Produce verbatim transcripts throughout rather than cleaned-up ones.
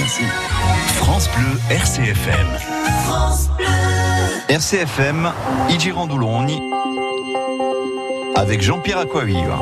Merci. France Bleu R C F M. France Bleu. R C F M, i Girandoloni, avec Jean-Pierre Acquaviva.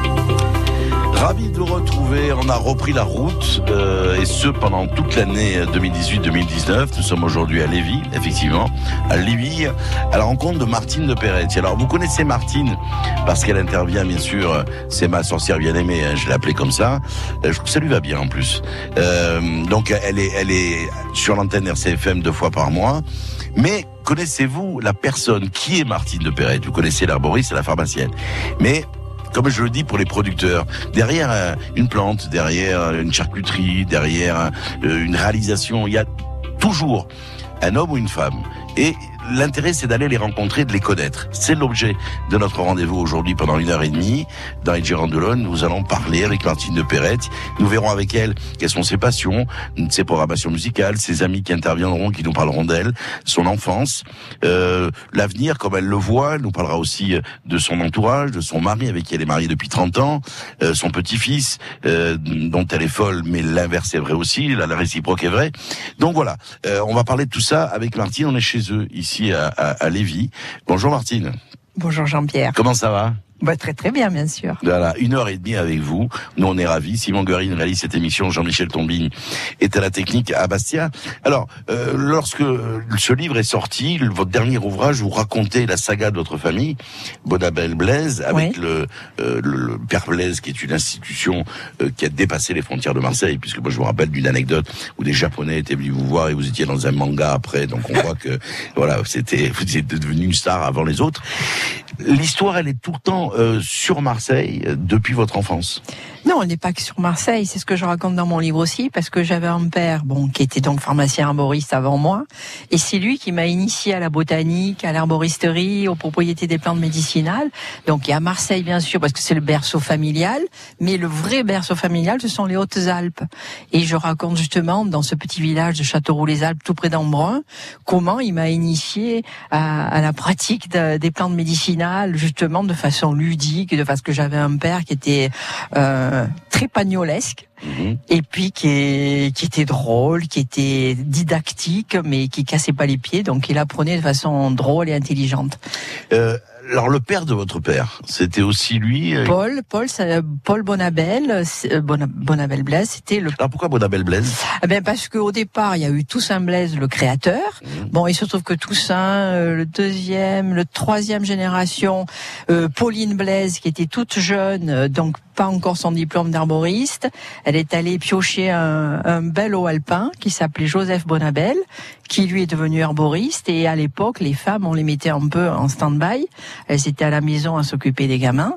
Ravi de vous retrouver, on a repris la route, euh, et ce pendant toute l'année deux mille dix-huit deux mille dix-neuf. Nous sommes aujourd'hui à Lévis, effectivement, à Lévis, à la rencontre de Martine de Peretti. Alors vous connaissez Martine, parce qu'elle intervient bien sûr, c'est ma sorcière bien-aimée, hein, je l'ai appelée comme ça, euh, je trouve que ça lui va bien en plus. Euh, donc elle est, elle est sur l'antenne R C F M deux fois par mois, mais connaissez-vous la personne qui est Martine de Peretti? Vous connaissez l'herboriste et la pharmacienne, mais comme je le dis pour les producteurs, derrière euh, une plante, derrière euh, une charcuterie, derrière euh, une réalisation, il y a toujours un homme ou une femme. Et l'intérêt, c'est d'aller les rencontrer, de les connaître. C'est l'objet de notre rendez-vous aujourd'hui pendant une heure et demie. Dans les Girandoloni, nous allons parler avec Martine de Peretti. Nous verrons avec elle quelles sont ses passions, ses programmations musicales, ses amis qui interviendront, qui nous parleront d'elle, son enfance, euh, l'avenir comme elle le voit. Elle nous parlera aussi de son entourage, de son mari avec qui elle est mariée depuis trente ans, euh, son petit-fils euh, dont elle est folle, mais l'inverse est vrai aussi, la, la réciproque est vraie. Donc voilà, euh, on va parler de tout ça avec Martine. On est chez eux ici à, à, à Lévis. Bonjour Martine. Bonjour Jean-Pierre. Comment ça va? Bah, très très bien, bien sûr. Voilà, une heure et demie avec vous. Nous, on est ravis. Simon Guerine réalise cette émission. Jean-Michel Tombigne est à la technique à Bastia. Alors, euh, lorsque ce livre est sorti, votre dernier ouvrage, vous racontez la saga de votre famille, Bonabel Blaise, avec oui. le, euh, le, le Père Blaise, qui est une institution euh, qui a dépassé les frontières de Marseille, puisque moi, je vous rappelle d'une anecdote où des Japonais étaient venus vous voir et vous étiez dans un manga après. Donc, on voit que, voilà, c'était, vous êtes devenu une star avant les autres. L'histoire, elle est tout le temps Euh, sur Marseille euh, depuis votre enfance. Non, elle n'est pas que sur Marseille, c'est ce que je raconte dans mon livre aussi, parce que j'avais un père, bon, qui était donc pharmacien herboriste avant moi, et c'est lui qui m'a initié à la botanique, à l'herboristerie, aux propriétés des plantes médicinales. Donc, et à Marseille, bien sûr, parce que c'est le berceau familial, mais le vrai berceau familial, ce sont les Hautes-Alpes. Et je raconte justement, dans ce petit village de Châteauroux-les-Alpes, tout près d'Embrun, comment il m'a initié à, à la pratique de, des plantes médicinales, justement, de façon ludique, de façon que j'avais un père qui était euh, très pagnolesque, mmh. et puis qui, est, qui était drôle, qui était didactique, mais qui cassait pas les pieds, donc il apprenait de façon drôle et intelligente. Euh, alors le père de votre père, c'était aussi lui euh... Paul, Paul, Paul Bonabel, Bonabel Blaise, c'était le. Alors pourquoi Bonabel Blaise? Eh ben parce qu'au départ il y a eu Toussaint Blaise, le créateur. Mmh. Bon, il se trouve que Toussaint, euh, le deuxième, le troisième génération, euh, Pauline Blaise, qui était toute jeune, euh, donc pas encore son diplôme d'herboriste, elle est allée piocher un, un bel haut alpin qui s'appelait Joseph Bonabel, qui lui est devenu herboriste, et à l'époque, les femmes, on les mettait un peu en stand-by, elles étaient à la maison à s'occuper des gamins,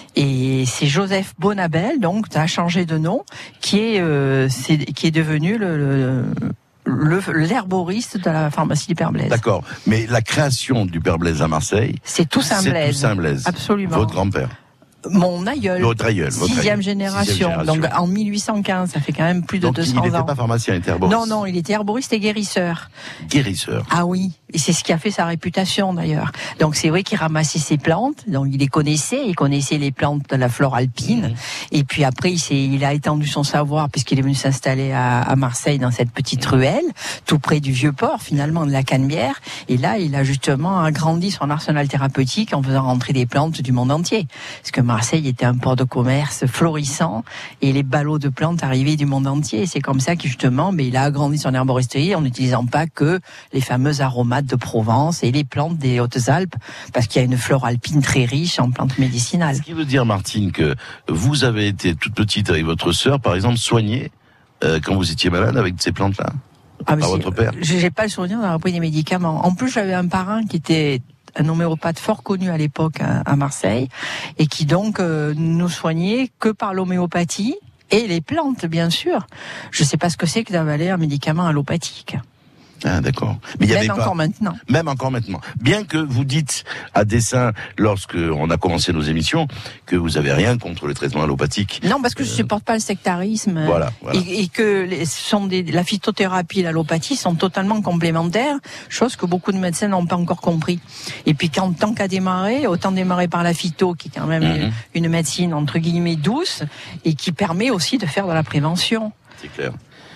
et c'est Joseph Bonabel, donc, ça a changé de nom, qui est, euh, c'est, qui est devenu le, le Le, l'herboriste de la pharmacie du Père Blaise. D'accord, mais la création du Père Blaise à Marseille, c'est Toussaint Blaise. C'est Toussaint Blaise. Absolument. Votre grand-père. Mon aïeul, votre aïeul, votre sixième, aïeul. Génération, sixième génération, donc en mille huit cent quinze, ça fait quand même plus de donc, deux cents ans. Donc il n'était pas pharmacien, il était herboriste. Non, non, il était herboriste et guérisseur. Guérisseur. Ah oui, et c'est ce qui a fait sa réputation d'ailleurs. Donc c'est vrai qu'il ramassait ses plantes, donc il les connaissait, il connaissait les plantes de la flore alpine, mmh. et puis après il, s'est, il a étendu son savoir puisqu'il est venu s'installer à, à Marseille dans cette petite ruelle, tout près du vieux port finalement de la Canebière, et là il a justement agrandi son arsenal thérapeutique en faisant rentrer des plantes du monde entier, parce que Marseille était un port de commerce florissant et les ballots de plantes arrivaient du monde entier. Et c'est comme ça que justement, mais il a agrandi son herboristerie en n'utilisant pas que les fameuses aromates de Provence et les plantes des Hautes-Alpes, parce qu'il y a une flore alpine très riche en plantes médicinales. Ce qui veut dire, Martine, que vous avez été toute petite avec votre sœur, par exemple, soignée euh, quand vous étiez malade avec ces plantes-là, ah, par votre père. J'ai pas le souvenir d'avoir pris des médicaments. En plus, j'avais un parrain qui était un homéopathe fort connu à l'époque à Marseille, et qui donc euh, nous soignait que par l'homéopathie et les plantes, bien sûr. Je ne sais pas ce que c'est que d'avaler un médicament allopathique. Ah, d'accord. Mais il y Même avait encore pas... maintenant. Même encore maintenant. Bien que vous dites à dessein, lorsque on a commencé nos émissions, que vous avez rien contre le traitement allopathique. Non, parce que euh... je supporte pas le sectarisme. Voilà. voilà. Et, et que les, sont des, la phytothérapie et l'allopathie sont totalement complémentaires, chose que beaucoup de médecins n'ont pas encore compris. Et puis quand tant qu'à démarrer, autant démarrer par la phyto, qui est quand même mm-hmm. une, une médecine entre guillemets douce et qui permet aussi de faire de la prévention. C'est clair.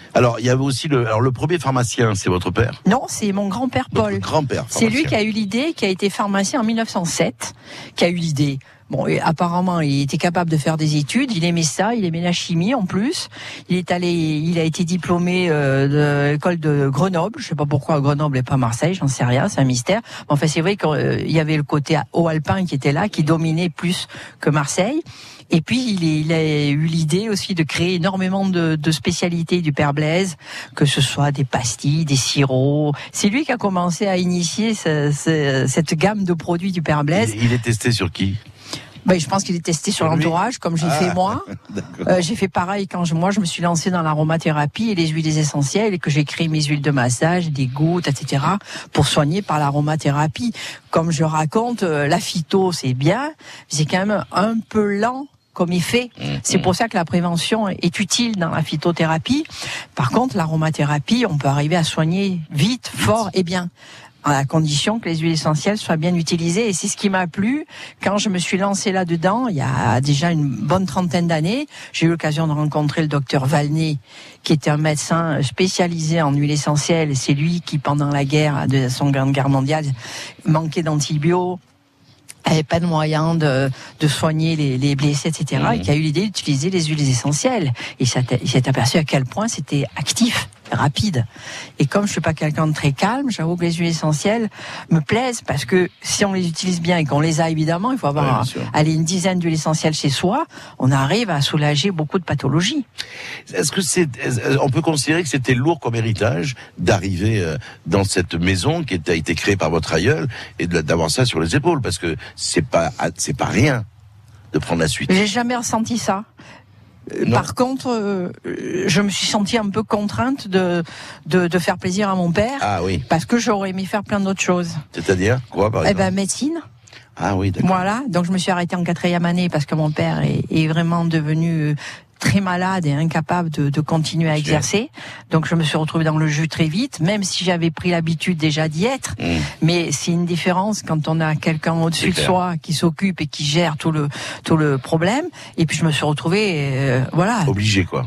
Alors, il y avait aussi le, alors le premier pharmacien, c'est votre père? Non, c'est mon grand-père Paul. Votre grand-père. C'est lui qui a eu l'idée, qui a été pharmacien en mille neuf cent sept, qui a eu l'idée. Bon, et apparemment, il était capable de faire des études. Il aimait ça. Il aimait la chimie en plus. Il est allé, il a été diplômé euh, de l'école de Grenoble. Je sais pas pourquoi Grenoble et pas Marseille. J'en sais rien. C'est un mystère. Enfin, c'est vrai qu'il euh, y avait le côté haut alpin qui était là, qui dominait plus que Marseille. Et puis, il, est, il a eu l'idée aussi de créer énormément de, de spécialités du Père Blaise, que ce soit des pastilles, des sirops. C'est lui qui a commencé à initier ce, ce, cette gamme de produits du Père Blaise. Il, il est testé sur qui? Ben, je pense qu'il est testé sur l'entourage, comme j'ai ah, fait moi. Euh, j'ai fait pareil quand je, moi je me suis lancée dans l'aromathérapie et les huiles essentielles et que j'ai créé mes huiles de massage, des gouttes, et cetera pour soigner par l'aromathérapie. Comme je raconte, euh, la phyto c'est bien, c'est quand même un peu lent comme effet. Mmh. C'est pour ça que la prévention est utile dans la phytothérapie. Par contre, l'aromathérapie, on peut arriver à soigner vite, fort et bien, à la condition que les huiles essentielles soient bien utilisées. Et c'est ce qui m'a plu quand je me suis lancée là-dedans, il y a déjà une bonne trentaine d'années. J'ai eu l'occasion de rencontrer le docteur Valnet, qui était un médecin spécialisé en huiles essentielles. C'est lui qui, pendant la guerre, de la Seconde Guerre mondiale, manquait d'antibiotiques, avait pas de moyens de, de soigner les, les blessés, et cetera, mmh. et qui a eu l'idée d'utiliser les huiles essentielles. Et il s'est aperçu à quel point c'était actif, rapide. Et comme je suis pas quelqu'un de très calme, j'avoue que les huiles essentielles me plaisent parce que si on les utilise bien et qu'on les a évidemment, il faut avoir ouais, aller une dizaine d'huiles essentielles chez soi, on arrive à soulager beaucoup de pathologies. Est-ce que c'est, on peut considérer que c'était lourd comme héritage d'arriver dans cette maison qui a été créée par votre aïeul et d'avoir ça sur les épaules, parce que c'est pas, c'est pas rien de prendre la suite. J'ai jamais ressenti ça. Non. Par contre, euh, je me suis sentie un peu contrainte de, de, de faire plaisir à mon père. Ah oui. Parce que j'aurais aimé faire plein d'autres choses. C'est-à-dire quoi, par exemple? Eh ben, médecine. Ah oui, d'accord. Voilà. Donc, je me suis arrêtée en quatrième année parce que mon père est, est vraiment devenu très malade et incapable de, de continuer à exercer. Donc je me suis retrouvée dans le jus très vite, même si j'avais pris l'habitude déjà d'y être. Mmh. Mais c'est une différence quand on a quelqu'un au-dessus de soi qui s'occupe et qui gère tout le tout le problème. Et puis je me suis retrouvée, euh, voilà. Obligée quoi.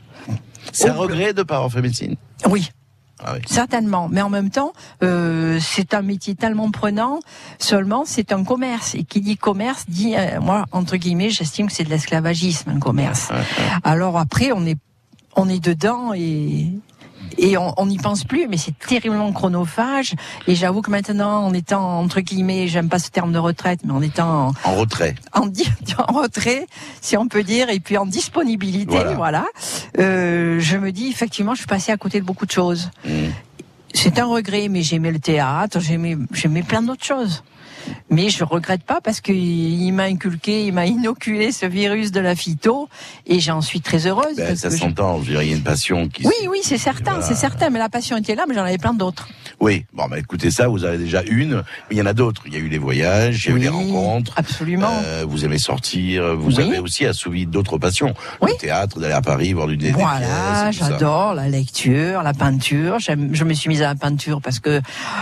C'est un regret de ne pas avoir fait médecine. Oui. Ah oui. Certainement, mais en même temps, euh, c'est un métier tellement prenant. Seulement, c'est un commerce. Et qui dit commerce dit, euh, moi, entre guillemets, j'estime que c'est de l'esclavagisme, un commerce. Ouais, ouais. Alors après, on est, on est dedans et et on n'y pense plus, mais c'est terriblement chronophage. Et j'avoue que maintenant, en étant entre guillemets, j'aime pas ce terme de retraite, mais en étant en, en retrait, en, en retrait, si on peut dire, et puis en disponibilité, voilà. voilà euh, je me dis effectivement, je suis passée à côté de beaucoup de choses. Mmh. C'est un regret, mais j'aimais le théâtre, j'aimais, j'aimais plein d'autres choses. Mais je regrette pas parce qu'il m'a inculqué, il m'a inoculé ce virus de la phyto et j'en suis très heureuse. Ben, parce ça que s'entend, je... je dirais, il y a une passion qui... Oui, oui, c'est certain, voilà. c'est certain, mais la passion était là, mais j'en avais plein d'autres. Oui, bon, bah écoutez ça, vous avez déjà une, mais il y en a d'autres. Il y a eu les voyages, il y a oui, eu les rencontres. Absolument. Euh, vous aimez sortir, vous oui. avez aussi assouvi d'autres passions. Oui. Le théâtre, d'aller à Paris, voir du des Voilà, pièces, j'adore la lecture, la peinture. J'aime, je me suis mise à la peinture parce que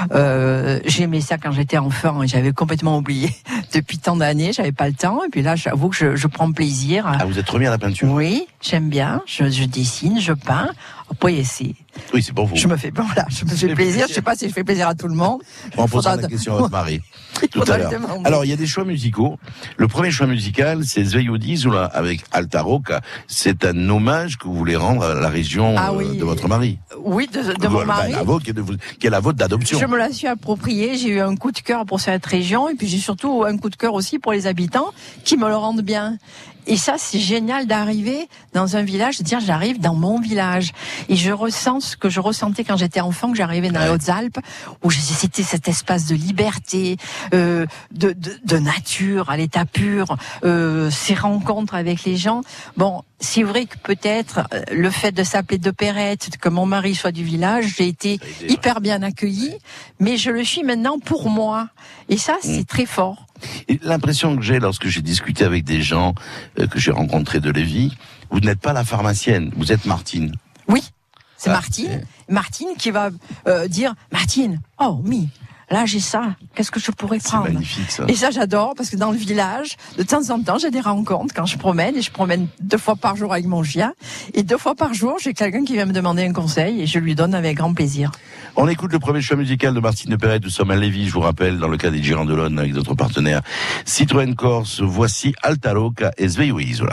euh, j'aimais ça quand j'étais enfant et j'avais complètement oublié depuis tant d'années, j'avais pas le temps. Et puis là, j'avoue que je, je prends plaisir. À... Ah, vous êtes remis à la peinture? Oui, j'aime bien. Je, je dessine, je peins. Après, c'est... Oui, c'est pour vous. Je me fais, bon, voilà, je me fais plaisir. plaisir. Je sais pas si je fais plaisir à tout le monde. On posera la question à votre mari tout à l'heure. Alors, il y a des choix musicaux. Le premier choix musical, c'est Zveyudi Zula avec Alta Roca. C'est un hommage que vous voulez rendre à la région ah, oui. de votre mari. Oui, de, de mon mari. La vôtre, qui est, de, qui est la vôtre d'adoption. Je me la suis appropriée. J'ai eu un coup de cœur pour cette région. Et puis, j'ai surtout un coup de cœur aussi pour les habitants qui me le rendent bien. Et ça, c'est génial d'arriver dans un village, de dire j'arrive dans mon village. Et je ressens ce que je ressentais quand j'étais enfant, que j'arrivais dans les Hautes-Alpes, où c'était cet espace de liberté, euh, de, de, de nature à l'état pur, euh, ces rencontres avec les gens. Bon, c'est vrai que peut-être le fait de s'appeler de Perrette, que mon mari soit du village, j'ai été aidé, hyper ouais. bien accueillie, mais je le suis maintenant pour moi. Et ça, c'est mmh. très fort. Et l'impression que j'ai lorsque j'ai discuté avec des gens euh, que j'ai rencontrés de Lévis, vous n'êtes pas la pharmacienne, vous êtes Martine. Oui, c'est ah, Martine. C'est... Martine qui va euh, dire, Martine, oh, mi, là j'ai ça, qu'est-ce que je pourrais prendre? C'est magnifique ça. Et ça j'adore, parce que dans le village, de temps en temps, j'ai des rencontres quand je promène, et je promène deux fois par jour avec mon chien, et deux fois par jour, j'ai quelqu'un qui vient me demander un conseil, et je lui donne avec grand plaisir. On écoute le premier choix musical de Martine Perret. Nous sommes à Lévis, je vous rappelle, dans le cas des Girandolone, avec notre partenaire Citroën Corse. Voici Alta Rocca et Sveio Isola.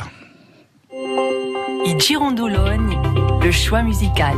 I Girandolone, le choix musical.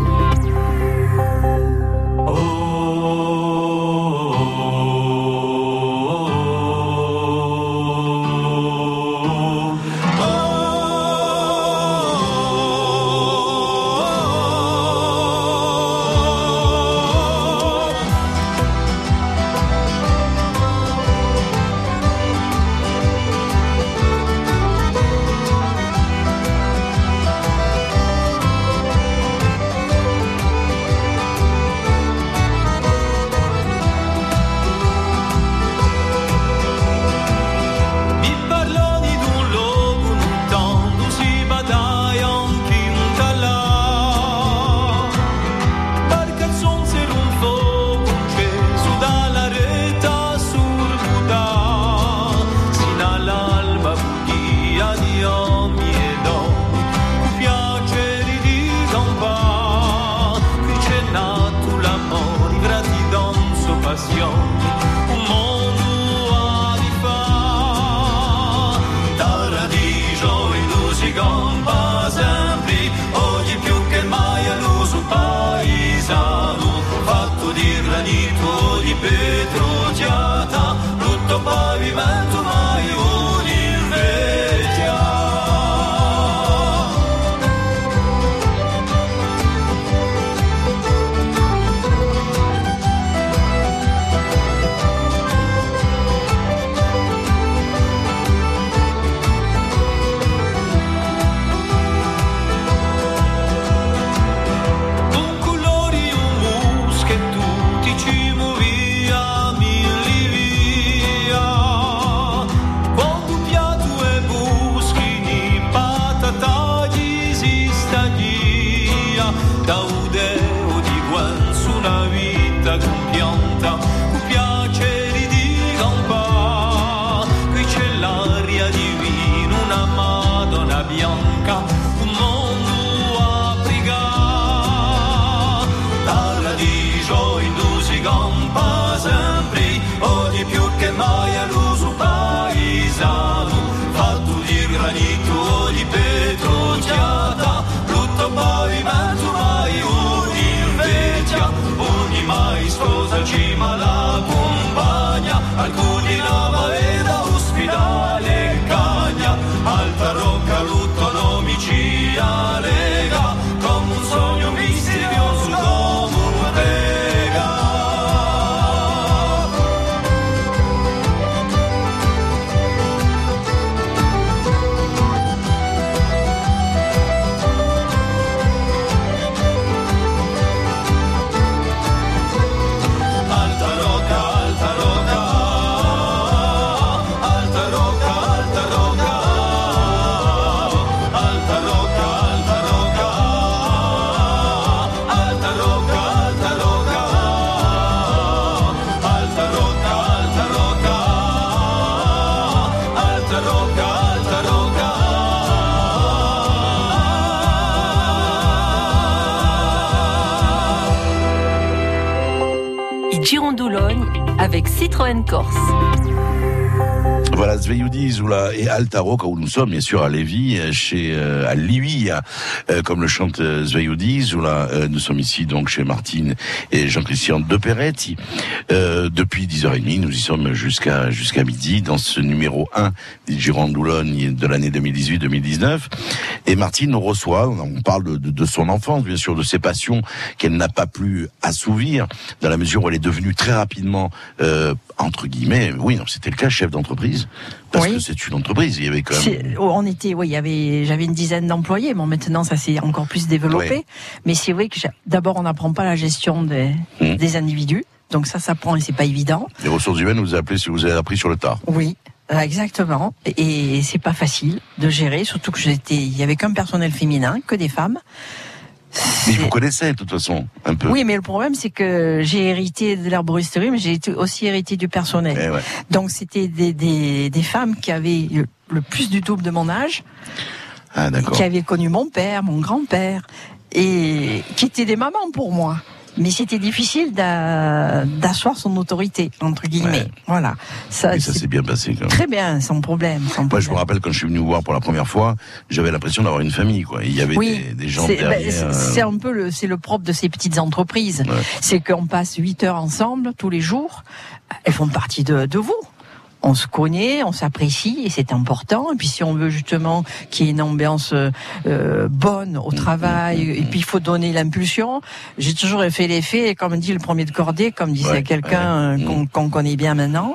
Girandolone avec Citroën Corse. Voilà, Sveio Isola et Alta Rocca, où nous sommes, bien sûr, à Lévis, chez, euh, à Liui, euh, comme le chante euh, Sveio Isola. Euh, nous sommes ici, donc, chez Martine et Jean-Christian de Peretti. Euh, depuis dix heures trente, nous y sommes jusqu'à, jusqu'à midi, dans ce numéro un des Girandolone de l'année deux mille dix-huit deux mille dix-neuf. Et Martine nous reçoit, on parle de, de, de son enfance, bien sûr, de ses passions qu'elle n'a pas pu assouvir, dans la mesure où elle est devenue très rapidement, euh, entre guillemets, oui, non, c'était le cas, chef d'entreprise. Parce oui. que c'est une entreprise, il y avait quand même... C'est, on était, oui, il y avait, j'avais une dizaine d'employés. Bon, maintenant, ça s'est encore plus développé. Oui. Mais c'est vrai que d'abord, on n'apprend pas la gestion des, mmh. des individus. Donc ça s'apprend et c'est pas évident. Les ressources humaines, vous appelez, vous avez appris sur le tard. Oui. Exactement. Et c'est pas facile de gérer, surtout que j'étais, il y avait qu'un personnel féminin, que des femmes. Mais vous connaissez de toute façon un peu. Oui, mais le problème c'est que j'ai hérité de l'herboristerie, mais j'ai aussi hérité du personnel. Eh ouais. Donc c'était des, des, des femmes qui avaient le plus du double de mon âge, ah, d'accord. qui avaient connu mon père, mon grand-père, et qui étaient des mamans pour moi. Mais c'était difficile d'a, d'asseoir son autorité, entre guillemets. Ouais. Voilà. Ça, ça s'est bien passé, quand même. Très bien, sans problème, sans problème. Moi, je me rappelle quand je suis venu vous voir pour la première fois, j'avais l'impression d'avoir une famille, quoi. Il y avait oui, des, des gens c'est, derrière. Ben, c'est, c'est un peu le, c'est le propre de ces petites entreprises. Ouais. C'est qu'on passe huit heures ensemble, tous les jours. Elles font partie de, de vous. On se connaît, on s'apprécie et c'est important. Et puis si on veut justement qu'il y ait une ambiance euh, bonne au travail, mmh, mmh, et puis il faut donner l'impulsion. J'ai toujours fait l'effet, comme dit le premier de cordée, comme disait ouais, quelqu'un ouais, qu'on, mmh. qu'on connaît bien maintenant.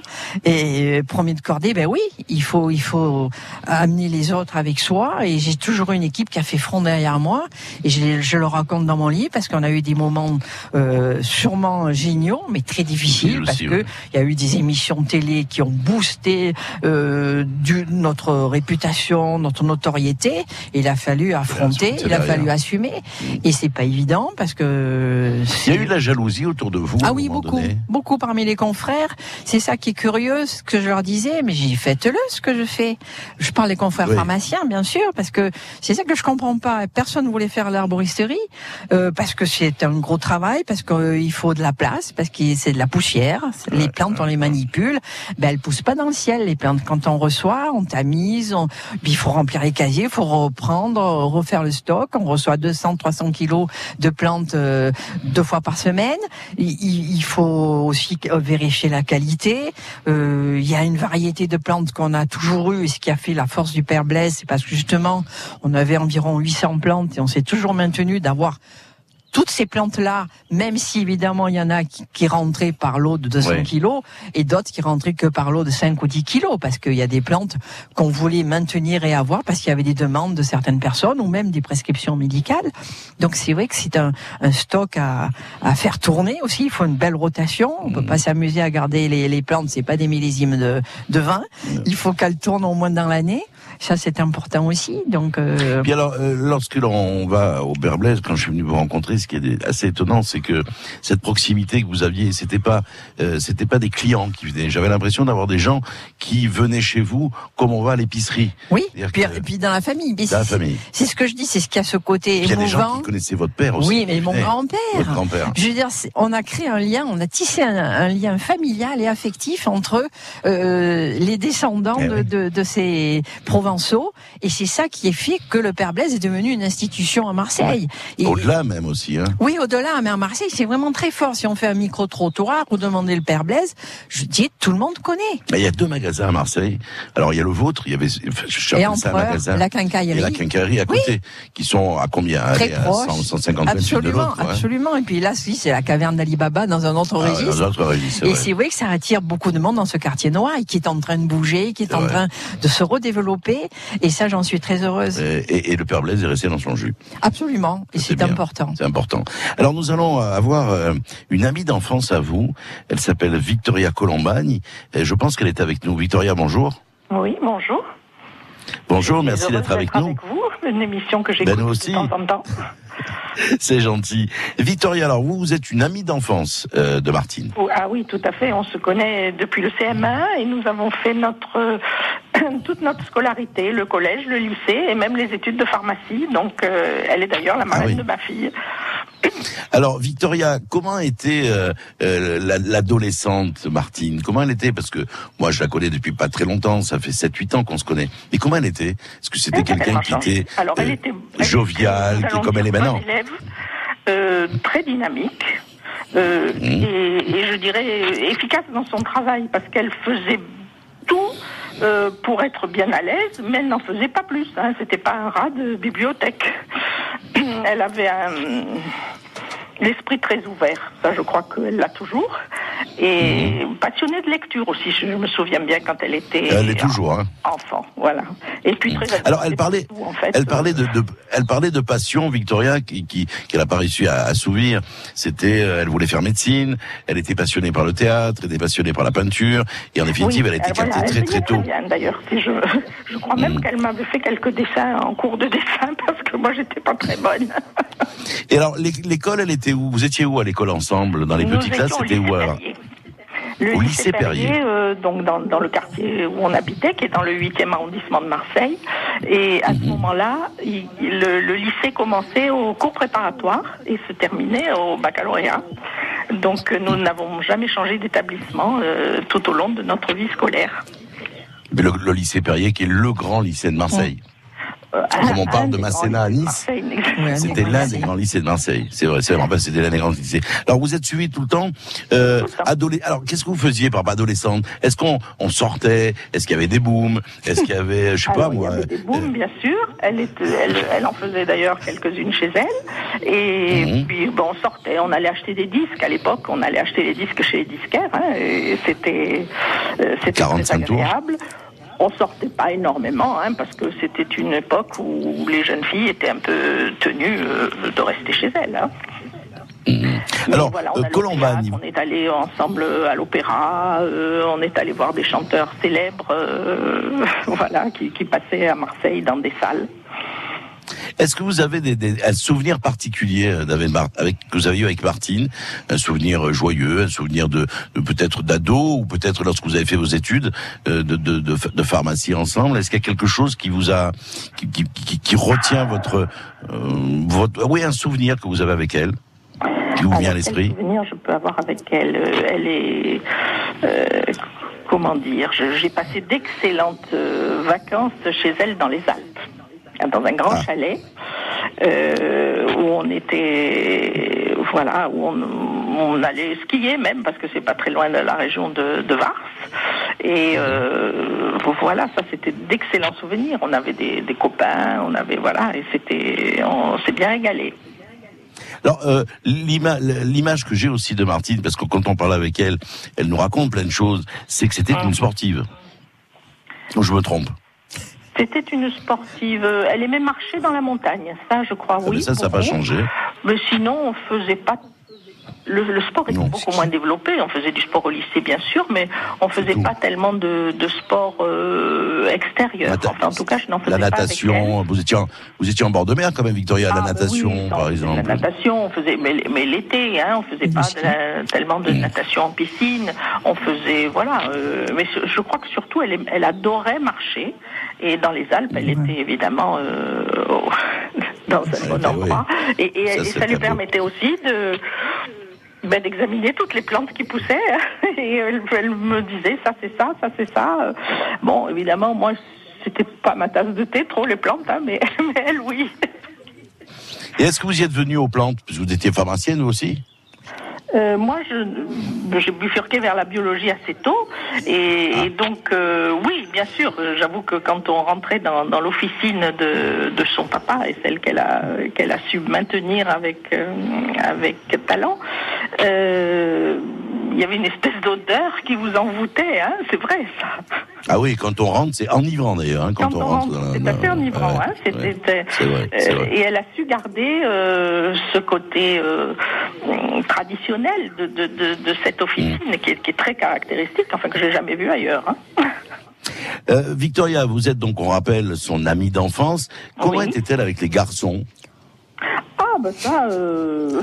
Et premier de cordée, ben oui, il faut il faut amener les autres avec soi. Et j'ai toujours eu une équipe qui a fait front derrière moi. Et je, je le raconte dans mon livre parce qu'on a eu des moments euh, sûrement géniaux, mais très difficiles aussi, parce que ouais. il y a eu des émissions de télé qui ont booster euh, du, notre réputation, notre notoriété. Il a fallu affronter, il a fallu assumer. Et c'est pas évident parce que... Il y a eu de la jalousie autour de vous. Ah oui, beaucoup. Donné. Beaucoup parmi les confrères. C'est ça qui est curieux, ce que je leur disais. Mais j'ai dit, faites-le, ce que je fais. Je parle des confrères oui. pharmaciens, bien sûr, parce que c'est ça que je comprends pas. Personne ne voulait faire l'herboristerie, euh, parce que c'est un gros travail, parce qu'il euh, faut de la place, parce que c'est de la poussière. Ouais, les plantes, on les manipule. Ben, elles poussent pas dans le ciel, les plantes. Quand on reçoit, on tamise, on... puis il faut remplir les casiers, il faut reprendre, refaire le stock. On reçoit deux cents, trois cents kilos de plantes euh, deux fois par semaine. Il, il faut aussi vérifier la qualité. Euh, il y a une variété de plantes qu'on a toujours eu, et ce qui a fait la force du Père Blaise, c'est parce que justement, on avait environ huit cents plantes et on s'est toujours maintenu d'avoir toutes ces plantes-là, même si évidemment il y en a qui, qui rentraient par lot de deux cents oui. kilos et d'autres qui rentraient que par lot de cinq ou dix kilos, parce qu'il y a des plantes qu'on voulait maintenir et avoir parce qu'il y avait des demandes de certaines personnes ou même des prescriptions médicales. Donc c'est vrai que c'est un, un stock à, à faire tourner aussi. Il faut une belle rotation. On mmh. peut pas s'amuser à garder les, les plantes. C'est pas des millésimes de, de vin. Mmh. Il faut qu'elles tournent au moins dans l'année. Ça, c'est important aussi. Donc, euh... Puis alors, euh, lorsque l'on va au Père Blaise, quand je suis venu vous rencontrer, ce qui est assez étonnant, c'est que cette proximité que vous aviez, c'était pas, euh, c'était pas des clients qui venaient. J'avais l'impression d'avoir des gens qui venaient chez vous, comme on va à l'épicerie. Oui. Puis, que, puis dans la famille. Mais dans la famille. C'est ce que je dis, c'est ce qu'il y a ce côté émouvant. Il y a des gens qui connaissaient votre père aussi. Oui, mais mon grand-père. Votre grand-père. Je veux dire, on a créé un lien, on a tissé un, un lien familial et affectif entre euh, les descendants eh de, oui. de, de ces Provençaux. Et c'est ça qui est fait que le Père Blaise est devenu une institution à Marseille. Ouais. Au-delà même aussi. Hein. Oui, au-delà, mais à Marseille, c'est vraiment très fort. Si on fait un micro-trottoir ou demander le Père Blaise, je dis, tout le monde connaît. Il y a deux magasins à Marseille. Alors, il y a le vôtre, il y avait et Empereur, un magasin, la quincaillerie. Et la quincaillerie à côté, oui. qui sont à combien? Très Allez, proche. À cent, cent cinquante absolument, de l'autre. Absolument. Ouais. Et puis là, si, c'est la caverne d'Ali Baba dans un autre ah, registre. Dans un autre registre c'est et vrai. c'est vrai que ça attire beaucoup de monde dans ce quartier noir et qui est en train de bouger, qui est c'est en vrai. train de se redévelopper. Et ça, j'en suis très heureuse. Et, et, et le Père Blaise est resté dans son jus. Absolument. Et c'est, c'est important. C'est important. Alors, nous allons avoir une amie d'enfance à vous. Elle s'appelle Victoria Colombagne. Et je pense qu'elle est avec nous. Victoria, bonjour. Oui, bonjour. Bonjour, merci d'être avec d'être nous. Avec vous, une émission que j'écoute ben nous aussi. de temps en temps. C'est gentil. Victoria, alors vous, vous êtes une amie d'enfance euh, de Martine. Ah oui, tout à fait. On se connaît depuis le C M un et nous avons fait notre euh, toute notre scolarité, le collège, le lycée et même les études de pharmacie. Donc, euh, elle est d'ailleurs la marraine ah oui. de ma fille. Alors, Victoria, comment était euh, euh, l'adolescente Martine? Comment elle était? Parce que moi, je la connais depuis pas très longtemps, ça fait sept huit ans qu'on se connaît. Mais comment elle était? Est-ce que c'était quelqu'un qui était, Alors, elle euh, était elle joviale, était, comme elle est maintenant? Élève, euh, très dynamique. Euh, mmh. et, et je dirais efficace dans son travail parce qu'elle faisait tout euh, pour être bien à l'aise, mais elle n'en faisait pas plus. Hein. C'était pas un rat de bibliothèque. Elle avait un, l'esprit très ouvert. Ça, je crois qu'elle l'a toujours. et mmh. passionnée de lecture aussi. Je me souviens bien quand elle était elle est toujours, hein. enfant, voilà. Et puis très alors elle parlait, tout, en fait, elle parlait de, de, elle parlait de passion, Victoria, qui, qui, qu'elle n'a pas réussi à assouvir. C'était, elle voulait faire médecine, elle était passionnée par le théâtre, elle était passionnée par la peinture, et en définitive, oui, elle a été captée voilà, très très tôt. Très bien, d'ailleurs, si je, je crois même mmh. qu'elle m'avait fait quelques dessins en cours de dessin parce que moi j'étais pas très bonne. Et alors l'école, elle était où? Vous étiez où à l'école ensemble? Dans les Nous petites classes, c'était où alors? Le au lycée, lycée Perrier, Perrier euh, donc dans, dans le quartier où on habitait, qui est dans le huitième arrondissement de Marseille. Et à mmh. ce moment-là, il, le, le lycée commençait au cours préparatoire et se terminait au baccalauréat. Donc nous n'avons jamais changé d'établissement euh, tout au long de notre vie scolaire. Mais le, le lycée Perrier, qui est le grand lycée de Marseille. Mmh. Comme on parle de Masséna à Nice, c'était l'un des grands lycées de Marseille. C'est vrai, c'est vrai, c'était l'un des grands lycées. Alors vous êtes suivi tout le temps, euh, adolescent. Alors qu'est-ce que vous faisiez par adolescente? Est-ce qu'on on sortait? Est-ce qu'il y avait des booms? Est-ce qu'il y avait, je sais Alors, pas moi. Il y avait des booms, bien sûr. Elle, était, elle, elle en faisait d'ailleurs quelques-unes chez elle. Et mmh. puis bon, on sortait, on allait acheter des disques. À l'époque, on allait acheter les disques chez les disquaires. Hein, et c'était, euh, c'était très agréable. Tours. On sortait pas énormément, hein, parce que c'était une époque où les jeunes filles étaient un peu tenues euh, de rester chez elles. Hein. Mmh. Alors, voilà, on, euh, Colombane, on est allé ensemble à l'opéra, euh, on est allé voir des chanteurs célèbres, euh, voilà, qui, qui passaient à Marseille dans des salles. Est-ce que vous avez des, des, un souvenir particulier avec, que vous avez eu avec Martine? Un souvenir joyeux, un souvenir de, de peut-être d'ado, ou peut-être lorsque vous avez fait vos études de, de, de, de pharmacie ensemble? Est-ce qu'il y a quelque chose qui vous a, qui, qui, qui, qui retient votre, euh, votre, oui, un souvenir que vous avez avec elle, qui vous vient à l'esprit? Quel souvenir je peux avoir avec elle? Elle est, euh, comment dire, j'ai passé d'excellentes euh, vacances chez elle dans les Alpes. Dans un grand ah. chalet euh, où on était, voilà, où on, on allait skier même parce que c'est pas très loin de la région de, de Vars. Et euh, voilà, ça c'était d'excellents souvenirs. On avait des, des copains, on avait voilà, et c'était, on s'est bien régalé. Alors euh, l'ima- l'image que j'ai aussi de Martine, parce que quand on parle avec elle, elle nous raconte plein de choses, c'est que c'était ah. une sportive. Ou je me trompe? C'était une sportive. Elle aimait marcher dans la montagne. Ça, je crois, oui. Mais ça, ça n'a pas changé. Mais sinon, on faisait pas. Le, le sport était non, beaucoup moins développé. On faisait du sport au lycée, bien sûr, mais on faisait pas tellement de, de sport euh, extérieur. Ta- enfin, en tout cas, je n'en faisais la pas. La natation. Vous étiez, en, vous étiez en bord de mer quand même, Victoria. Ah, la natation, oui, par exemple. La natation, on faisait, mais, mais l'été, hein, on faisait pas de la, tellement de mmh. natation en piscine. On faisait, voilà. Euh, mais je, je crois que surtout, elle, elle adorait marcher. Et dans les Alpes, elle était évidemment euh, dans un bon endroit. Oui. Et, et, ça, et ça lui permettait beau. aussi de ben, d'examiner toutes les plantes qui poussaient. Et elle, elle me disait, ça c'est ça, ça c'est ça. Bon, évidemment, moi, c'était pas ma tasse de thé, trop les plantes, hein, mais, mais elle, oui. Et est-ce que vous y êtes venu aux plantes? Parce que vous étiez pharmacienne, vous aussi? Euh, moi, je, j'ai bifurqué vers la biologie assez tôt, et, ah. et donc, euh, oui, bien sûr, j'avoue que quand on rentrait dans, dans l'officine de, de son papa, et celle qu'elle a, qu'elle a su maintenir avec, euh, avec talent, euh, il y avait une espèce d'odeur qui vous envoûtait, hein, c'est vrai, ça. Ah oui, quand on rentre, c'est enivrant d'ailleurs. Hein, quand, quand on, on rentre, rentre, dans c'est la, assez enivrant. Ouais, hein, c'était, ouais, c'est vrai, c'est vrai. Et elle a su garder euh, ce côté euh, traditionnel de, de, de, de cette officine mmh. qui, est, qui est très caractéristique, enfin que j'ai jamais vu ailleurs. Hein. Euh, Victoria, vous êtes donc, on rappelle, son amie d'enfance. Comment oui. était-elle avec les garçons? Ah, ben ça... Euh...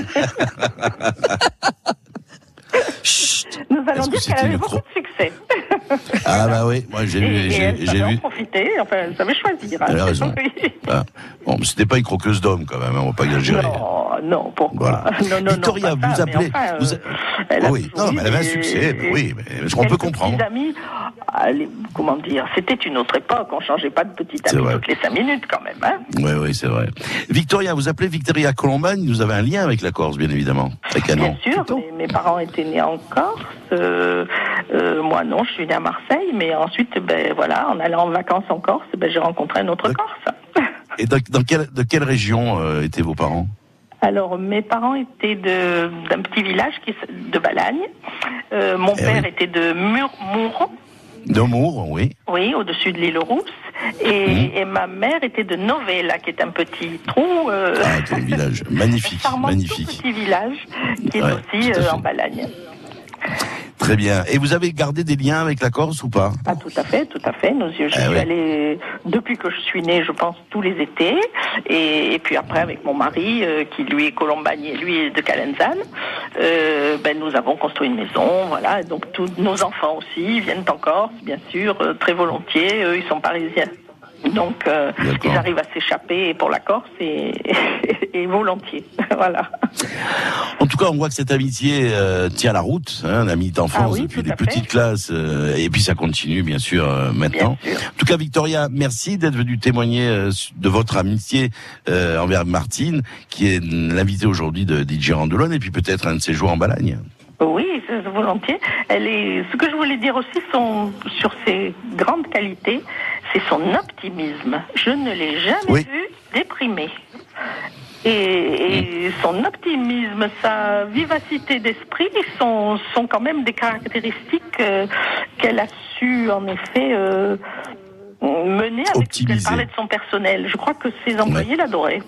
Nous allons Est-ce dire qu'elle avait beaucoup de succès. Ah bah oui, moi j'ai vu, et j'ai, elle j'ai vu. En profiter, enfin, elle savait choisir. Hein. Elle a raison. Ah. Bon, c'était pas une croqueuse d'homme quand même, hein, on va pas exagérer. Non, non, pourquoi voilà. non, non, Victoria, non, vous ça, appelez. Enfin, vous a... elle oh oui, non, mais elle avait un succès, mais oui, mais on peut comprendre. Petits amis, allez, comment dire, c'était une autre époque, on changeait pas de petits amis toutes les cinq minutes quand même. Hein. Oui, oui, c'est vrai. Victoria, vous appelez Victoria Colombane, vous avez un lien avec la Corse, bien évidemment. Avec bien sûr, mes, mes parents étaient nés en Corse. Euh, euh, moi non, je suis née à Marseille, mais ensuite, ben voilà, en allant en vacances en Corse, ben j'ai rencontré un autre Corse. Et dans, dans quelle, de quelle région euh, étaient vos parents? Alors, mes parents étaient de, d'un petit village qui, de Balagne. Euh, mon eh père oui. était de Mur-Mour. De Mour, oui. Oui, au-dessus de l'île Rousse. Et, mmh. et ma mère était de Novella, qui est un petit trou. Euh... Ah, c'est un village magnifique, un magnifique. Tout petit village qui ouais, est aussi euh, en Balagne. Très bien. Et vous avez gardé des liens avec la Corse ou pas ? Ah, tout à fait, tout à fait. Nous, je suis ah, oui. allée, depuis que je suis née, je pense, tous les étés. Et, et puis après, avec mon mari, euh, qui lui est colombanier, lui est de Calenzane, euh, ben, nous avons construit une maison, voilà. Donc, tous nos enfants aussi viennent en Corse, bien sûr, euh, très volontiers. Eux, ils sont parisiens. Donc, euh, ils arrivent à s'échapper pour la Corse et, et, et volontiers. Voilà. En tout cas, on voit que cette amitié euh, tient la route, hein, une amie d'enfance ah oui, depuis les petites classes, euh, et puis ça continue, bien sûr, euh, maintenant. Bien sûr. En tout cas, Victoria, merci d'être venue témoigner euh, de votre amitié euh, envers Martine, qui est l'invitée aujourd'hui de D J Randolone, et puis peut-être un de ses jours en Balagne. Oui, volontiers. Elle est. Ce que je voulais dire aussi son, sur ses grandes qualités, c'est son optimisme. Je ne l'ai jamais oui. vue déprimée. Et, et son optimisme, sa vivacité d'esprit sont, sont quand même des caractéristiques euh, qu'elle a su, en effet, euh, mener avec Optimiser. Elle parlait de son personnel. Je crois que ses employés ouais. l'adoraient.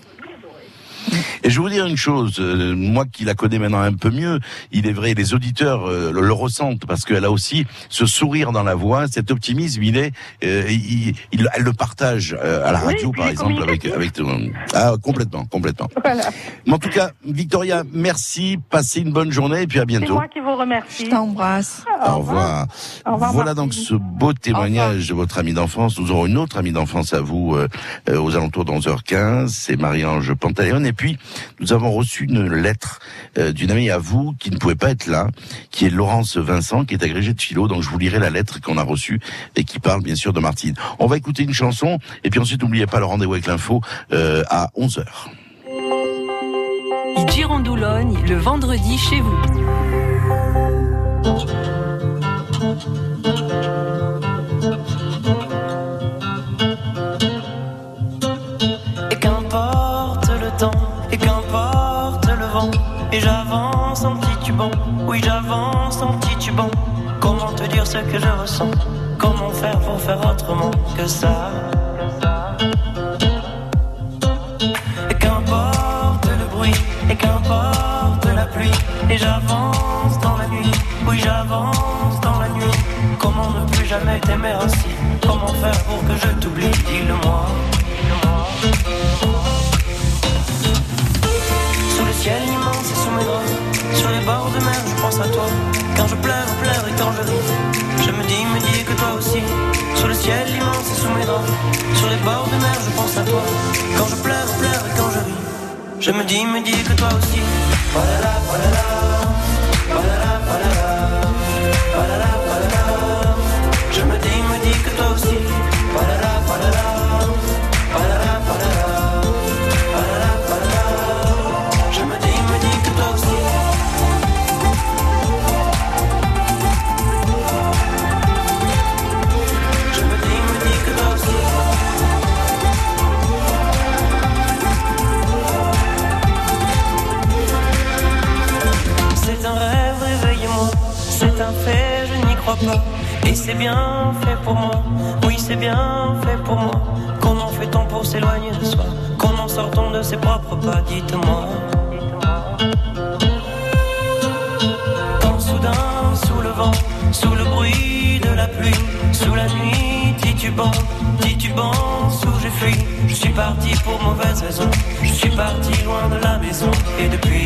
Et je vais vous dire une chose, euh, moi qui la connais maintenant un peu mieux, il est vrai, les auditeurs euh, le, le ressentent, parce qu'elle a aussi ce sourire dans la voix, cet optimisme, il est, euh, il, il, elle le partage euh, à la radio, oui, par exemple, avec, avec tout le monde. Ah, complètement, complètement. Voilà. Mais en tout cas, Victoria, merci, passez une bonne journée, et puis à bientôt. C'est moi qui vous remercie. Je t'embrasse. Au revoir. Au revoir. Voilà donc ce beau témoignage de votre amie d'enfance. Nous aurons une autre amie d'enfance à vous, euh, euh, aux alentours de onze heures quinze, c'est Marie-Ange Pantaléon. Et puis, nous avons reçu une lettre euh, d'une amie à vous qui ne pouvait pas être là, qui est Laurence Vincent, qui est agrégée de philo. Donc je vous lirai la lettre qu'on a reçue et qui parle bien sûr de Martine. On va écouter une chanson et puis ensuite n'oubliez pas le rendez-vous avec l'info euh, à onze heures. I Girandoulogne, le vendredi chez vous. Et qu'importe le vent, et j'avance en titubant, oui j'avance en titubant. Comment te dire ce que je ressens? Comment faire pour faire autrement que ça? Et qu'importe le bruit, et qu'importe la pluie, et j'avance dans la nuit, oui j'avance dans la nuit. Comment ne plus jamais t'aimer ainsi? Comment faire pour que je t'oublie? Dis-le-moi, dis-le-moi. Le ciel immense et sous mes draps, sur les bords de mer je pense à toi. Quand je pleure, pleure et quand je ris, je me dis, me dis que toi aussi. Sur le ciel immense et sous mes draps, sur les bords de mer je pense à toi. Quand je pleure, pleure et quand je ris, je me dis, me dis que toi aussi. Voilà, voilà, voilà, voilà, voilà, voilà. Je me dis, me dis que toi aussi. Voilà, voilà, voilà, voilà. C'est un rêve, réveille-moi. C'est un fait, je n'y crois pas. Et c'est bien fait pour moi. Oui, c'est bien fait pour moi. Comment fait-on pour s'éloigner de soi? Comment sort-on de ses propres pas? Dites-moi. Quand soudain, sous le vent, sous le bruit de la pluie, sous la nuit, titubant, titubant, sous j'ai fui. Je suis parti pour mauvaise raison. Je suis parti loin de la maison. Et depuis,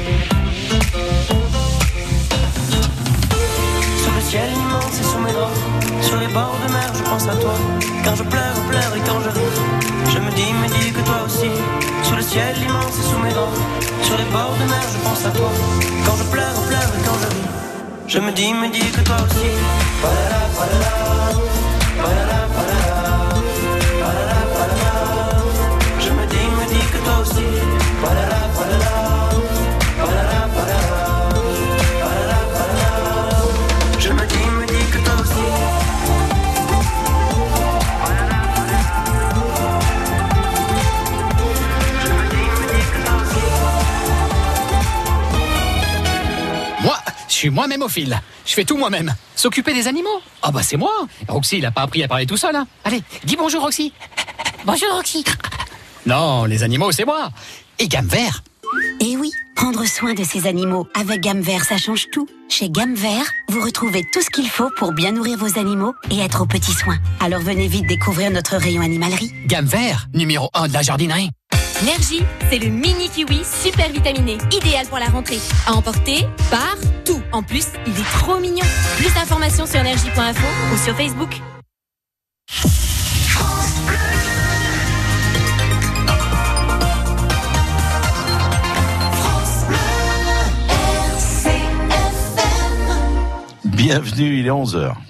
sous le ciel immense et sous mes draps, sur les bords de mer je pense à toi. Quand je pleure, pleure et quand je ris, je me dis, me dis que toi aussi. Sous le ciel immense et sous mes draps, sur les bords de mer je pense à toi. Quand je pleure, pleure et quand je ris, je me dis, me dis que toi aussi. Voilà, voilà, voilà, voilà, voilà, voilà. Je me dis, me dis que toi aussi. Voilà, voilà, voilà, voilà. Je me dis, me dis que toi aussi. Je me dis, me dis que toi aussi. suis moi-même au fil. Je fais tout moi-même. S'occuper des animaux? Ah bah c'est moi. Roxy, il a pas appris à parler tout seul, hein. Allez, dis bonjour Roxy. Bonjour Roxy. Non, les animaux, c'est moi. Et Gamme Vert. Eh oui, prendre soin de ces animaux avec Gamme Vert, ça change tout. Chez Gamme Vert, vous retrouvez tout ce qu'il faut pour bien nourrir vos animaux et être aux petits soins. Alors venez vite découvrir notre rayon animalerie. Gamme Vert, numéro un de la jardinerie. Nergie, c'est le mini kiwi super vitaminé, idéal pour la rentrée. À emporter partout. En plus, il est trop mignon. Plus d'informations sur nergie point info ou sur Facebook. Bienvenue, il est onze heures.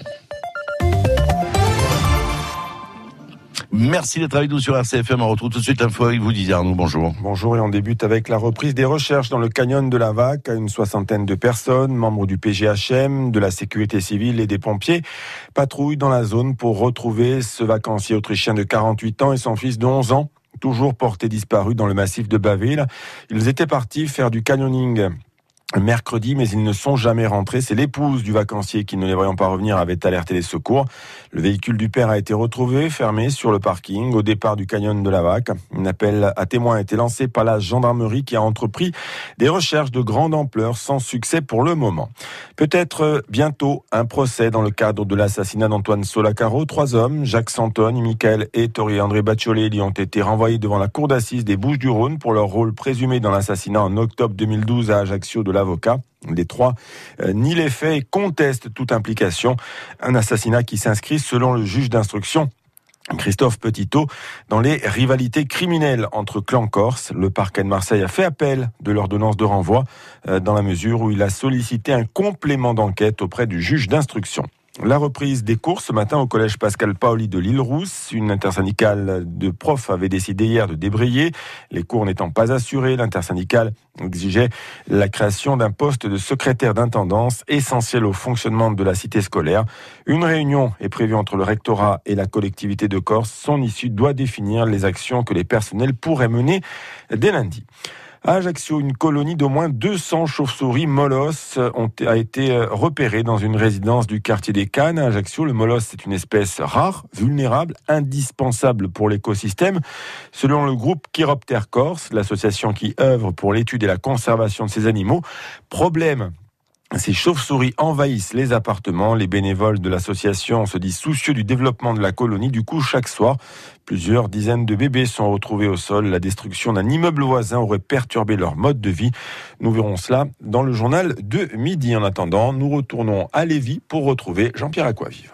Merci d'être avec nous sur R C F M. On retrouve tout de suite l'info avec vous, Didier Arnaud. Bonjour. Bonjour, et on débute avec la reprise des recherches dans le canyon de la Vaque. Une soixantaine de personnes, membres du P G H M, de la sécurité civile et des pompiers, patrouillent dans la zone pour retrouver ce vacancier autrichien de quarante-huit ans et son fils de onze ans, toujours portés disparus dans le massif de Baville. Ils étaient partis faire du canyoning mercredi, mais ils ne sont jamais rentrés. C'est l'épouse du vacancier qui, ne les voyant pas revenir, avait alerté les secours. Le véhicule du père a été retrouvé, fermé sur le parking, au départ du canyon de la Vaque. Un appel à témoins a été lancé par la gendarmerie qui a entrepris des recherches de grande ampleur, sans succès pour le moment. Peut-être bientôt un procès dans le cadre de l'assassinat d'Antoine Solacaro. Trois hommes, Jacques Santone, Michael Ettori et André Bacciolelli, ont été renvoyés devant la cour d'assises des Bouches-du-Rhône pour leur rôle présumé dans l'assassinat en octobre deux mille douze à Ajaccio de l'avocat. Les trois euh, nient les faits et contestent toute implication. Un assassinat qui s'inscrit, selon le juge d'instruction Christophe Petitot, dans les rivalités criminelles entre clans corses. Le parquet de Marseille a fait appel de l'ordonnance de renvoi euh, dans la mesure où il a sollicité un complément d'enquête auprès du juge d'instruction. La reprise des cours ce matin au collège Pascal Paoli de l'Île-Rousse. Une intersyndicale de profs avait décidé hier de débrayer. Les cours n'étant pas assurés, l'intersyndicale exigeait la création d'un poste de secrétaire d'intendance essentiel au fonctionnement de la cité scolaire. Une réunion est prévue entre le rectorat et la collectivité de Corse. Son issue doit définir les actions que les personnels pourraient mener dès lundi. À Ajaccio, une colonie d'au moins deux cents chauves-souris molosses ont, a été repérée dans une résidence du quartier des Cannes. À Ajaccio, le molosse est une espèce rare, vulnérable, indispensable pour l'écosystème. Selon le groupe Chiroptère Corse, l'association qui œuvre pour l'étude et la conservation de ces animaux, problème. Ces chauves-souris envahissent les appartements. Les bénévoles de l'association se disent soucieux du développement de la colonie. Du coup, chaque soir, plusieurs dizaines de bébés sont retrouvés au sol. La destruction d'un immeuble voisin aurait perturbé leur mode de vie. Nous verrons cela dans le journal de midi. En attendant, nous retournons à Lévis pour retrouver Jean-Pierre Aquavive.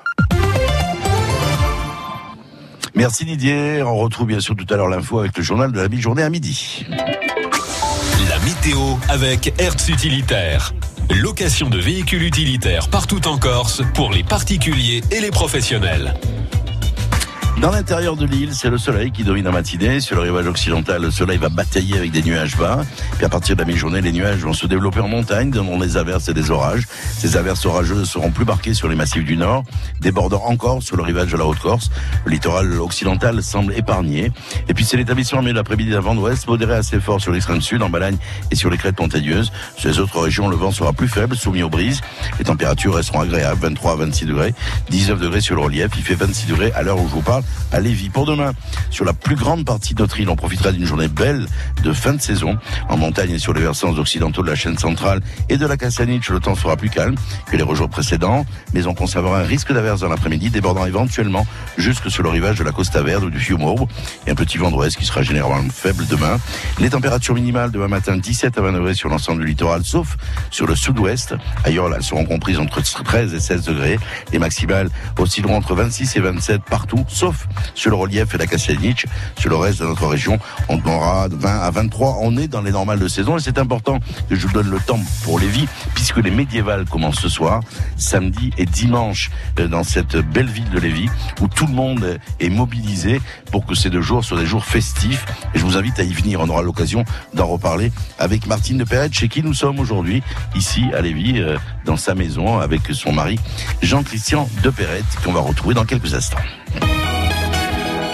Merci Didier. On retrouve bien sûr tout à l'heure l'info avec le journal de la mi-journée à midi. La météo avec Hertz Utilitaire. Location de véhicules utilitaires partout en Corse pour les particuliers et les professionnels. Dans l'intérieur de l'île, c'est le soleil qui domine la matinée. Sur le rivage occidental, le soleil va batailler avec des nuages bas. Puis à partir de la mi-journée, les nuages vont se développer en montagne, donnant des averses et des orages. Ces averses orageuses seront plus marquées sur les massifs du nord, débordant encore sur le rivage de la Haute-Corse. Le littoral occidental semble épargné. Et puis c'est l'établissement mais l'après-midi d'un vent d'ouest modéré assez fort sur l'extrême sud, en Balagne et sur les crêtes montagneuses. Sur les autres régions, le vent sera plus faible, soumis aux brises. Les températures resteront agréables, vingt-trois à vingt-six degrés, dix-neuf degrés sur le relief. Il fait vingt-six degrés à l'heure où je vous parle à Lévis. Pour demain, sur la plus grande partie de notre île, on profitera d'une journée belle de fin de saison. En montagne et sur les versants occidentaux de la chaîne centrale et de la Cassaniche, le temps sera plus calme que les jours précédents, mais on conservera un risque d'averse dans l'après-midi, débordant éventuellement jusque sur le rivage de la Costa Verde ou du Fiume-Aube, et un petit vent d'ouest qui sera généralement faible demain. Les températures minimales demain matin, dix-sept à vingt degrés sur l'ensemble du littoral, sauf sur le sud-ouest. Ailleurs, là, elles seront comprises entre treize et seize degrés. Les maximales oscilleront entre vingt-six et vingt-sept partout, sauf sur le relief et la Cassaniche. Sur le reste de notre région, on aura vingt à vingt-trois. On est dans les normales de saison et c'est important que je vous donne le temps pour Lévis, puisque les médiévales commencent ce soir, samedi et dimanche, dans cette belle ville de Lévis, où tout le monde est mobilisé pour que ces deux jours soient des jours festifs. Et je vous invite à y venir. On aura l'occasion d'en reparler avec Martine de Perrette, chez qui nous sommes aujourd'hui, ici à Lévis, dans sa maison, avec son mari Jean-Christian de Perrette, qu'on va retrouver dans quelques instants. Une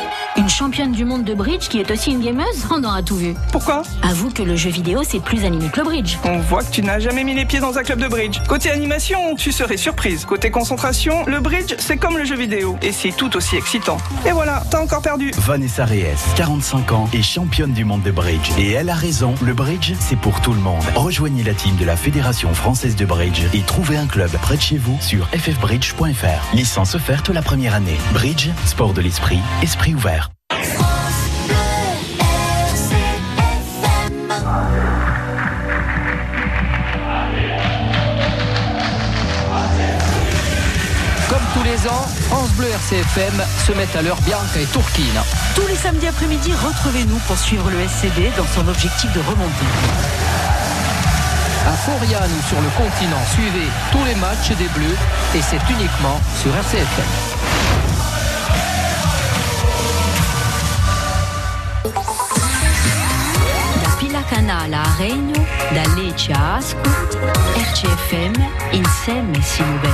championne du monde de bridge qui est aussi une gameuse, on aura tout vu. Pourquoi ? Avoue que le jeu vidéo, c'est plus animé que le bridge. On voit que tu n'as jamais mis les pieds dans un club de bridge. Côté animation, tu serais surprise. Côté concentration, le bridge, c'est comme le jeu vidéo. Et c'est tout aussi excitant. Et voilà, t'as encore perdu. Vanessa Reyes, quarante-cinq ans, est championne du monde de bridge. Et elle a raison, le bridge, c'est pour tout le monde. Rejoignez la team de la Fédération française de bridge et trouvez un club près de chez vous sur f f bridge point f r. Licence offerte la première année. Bridge, sport de l'esprit, esprit ouvert. Comme tous les ans, France Bleu R C F M se met à l'heure Bianca et Tourquine. Tous les samedis après-midi, retrouvez-nous pour suivre le S C D dans son objectif de remontée. À Foriane ou sur le continent, suivez tous les matchs des Bleus et c'est uniquement sur R C F M. Da Pilacana a Regno, da Lecce a Asco, R C F M insieme si muove.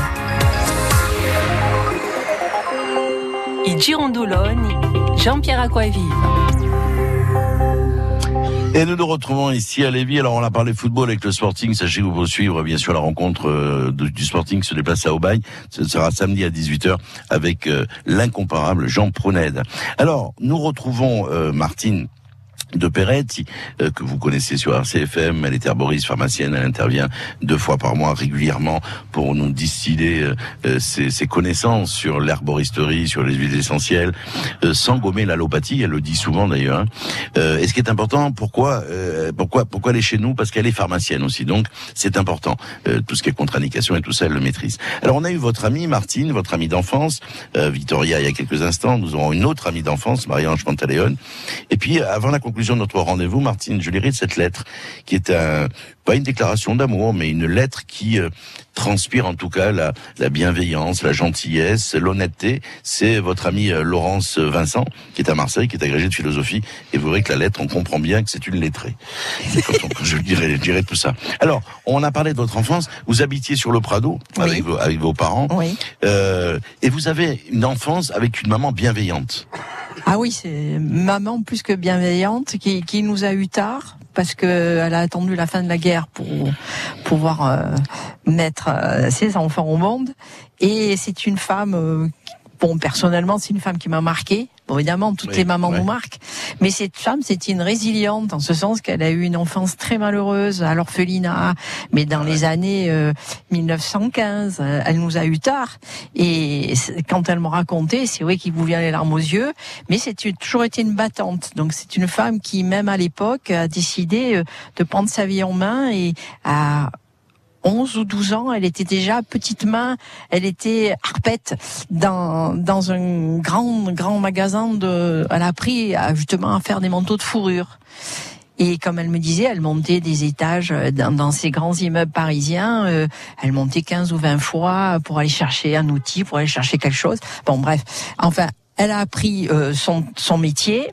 I Girondoloni, Jean-Pierre Acquaviva. Et nous nous retrouvons ici à Lévis. Alors on a parlé football avec le Sporting. Sachez que vous pouvez suivre bien sûr la rencontre euh, de, du Sporting qui se déplace à Aubagne. Ce sera samedi à dix-huit heures avec euh, l'incomparable Jean Proned. Alors nous retrouvons euh, Martine de Peretti, euh, que vous connaissez sur R C F M. Elle est herboriste, pharmacienne, elle intervient deux fois par mois régulièrement pour nous distiller euh, ses, ses connaissances sur l'herboristerie, sur les huiles essentielles, euh, sans gommer l'allopathie, elle le dit souvent d'ailleurs. Hein. Euh, et ce qui est important, pourquoi, euh, pourquoi, pourquoi elle est chez nous ? Parce qu'elle est pharmacienne aussi, donc c'est important. Euh, tout ce qui est contre-indication et tout ça, elle le maîtrise. Alors on a eu votre amie Martine, votre amie d'enfance, euh, Victoria il y a quelques instants, nous aurons une autre amie d'enfance, Marie-Ange Pantaléon. Et puis avant la conclusion de notre rendez-vous, Martine, je lirai cette lettre qui est un, pas une déclaration d'amour, mais une lettre qui euh, transpire en tout cas la, la bienveillance, la gentillesse, l'honnêteté. C'est votre amie euh, Laurence Vincent, qui est à Marseille, qui est agrégée de philosophie, et vous verrez que la lettre, on comprend bien que c'est une lettrée. C'est quand on, je dirais, je dirais tout ça. Alors, on a parlé de votre enfance. Vous habitiez sur le Prado oui. avec, vos, avec vos parents, oui. euh, et vous avez une enfance avec une maman bienveillante. Ah oui, c'est maman plus que bienveillante qui, qui nous a eu tard parce que elle a attendu la fin de la guerre pour pouvoir euh, mettre euh, ses enfants au monde. Et c'est une femme, euh, bon personnellement, c'est une femme qui m'a marquée. Bon, évidemment, toutes oui, les mamans ouais. nous marquent. Mais cette femme, c'est une résiliente, en ce sens qu'elle a eu une enfance très malheureuse à l'orphelinat. Mais dans ouais. les années euh, mille neuf cent quinze, elle nous a eu tard. Et quand elle me racontait, c'est vrai qu'il vous vient les larmes aux yeux. Mais c'est toujours été une battante. Donc c'est une femme qui, même à l'époque, a décidé de prendre sa vie en main et a... onze ou douze ans, elle était déjà petite main, elle était arpette dans dans un grand grand magasin de, elle a appris à, justement à faire des manteaux de fourrure. Et comme elle me disait, elle montait des étages dans, dans ces grands immeubles parisiens, euh, elle montait quinze ou vingt fois pour aller chercher un outil, pour aller chercher quelque chose. Bon bref, enfin, elle a appris euh, son son métier.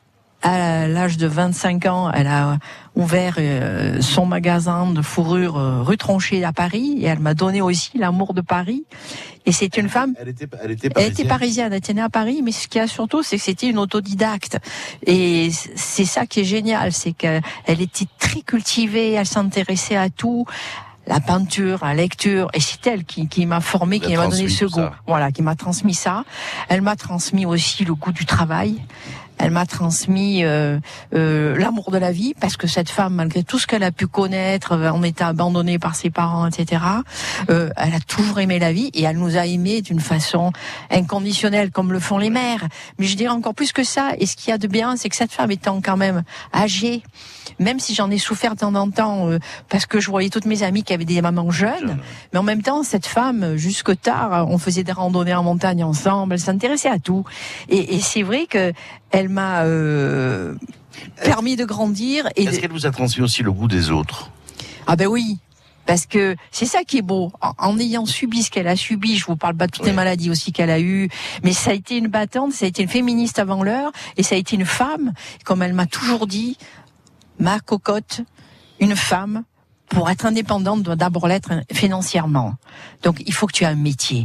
À l'âge de vingt-cinq ans, elle a ouvert euh, son magasin de fourrure euh, rue Tronchet à Paris, et elle m'a donné aussi l'amour de Paris. Et c'est une femme. Elle était, elle était parisienne. Elle était parisienne, elle était née à Paris, mais ce qu'il y a surtout, c'est que c'était une autodidacte. Et c'est ça qui est génial, c'est qu'elle était très cultivée, elle s'intéressait à tout. La peinture, la lecture, et c'est elle qui, qui m'a formée, qui m'a donné ce goût. Ça. Voilà, qui m'a transmis ça. Elle m'a transmis aussi le goût du travail. Elle m'a transmis euh, euh, l'amour de la vie, parce que cette femme, malgré tout ce qu'elle a pu connaître, en état abandonnée par ses parents, et cetera, euh, elle a toujours aimé la vie, et elle nous a aimés d'une façon inconditionnelle, comme le font les mères. Mais je dirais encore plus que ça, et ce qu'il y a de bien, c'est que cette femme étant quand même âgée, même si j'en ai souffert de temps en temps, euh, parce que je voyais toutes mes amies qui avaient des mamans jeunes, Jeune. mais en même temps, cette femme, jusque tard, on faisait des randonnées en montagne ensemble, elle s'intéressait à tout. Et, et c'est vrai que elle m'a euh, permis de grandir. Et Est-ce de... qu'elle vous a transmis aussi le goût des autres ? Ah ben oui, parce que c'est ça qui est beau. En, en ayant subi ce qu'elle a subi, je vous parle pas de toutes oui. les maladies aussi qu'elle a eues, mais ça a été une battante, ça a été une féministe avant l'heure, et ça a été une femme, comme elle m'a toujours dit, ma cocotte, une femme, pour être indépendante, doit d'abord l'être financièrement. Donc il faut que tu aies un métier.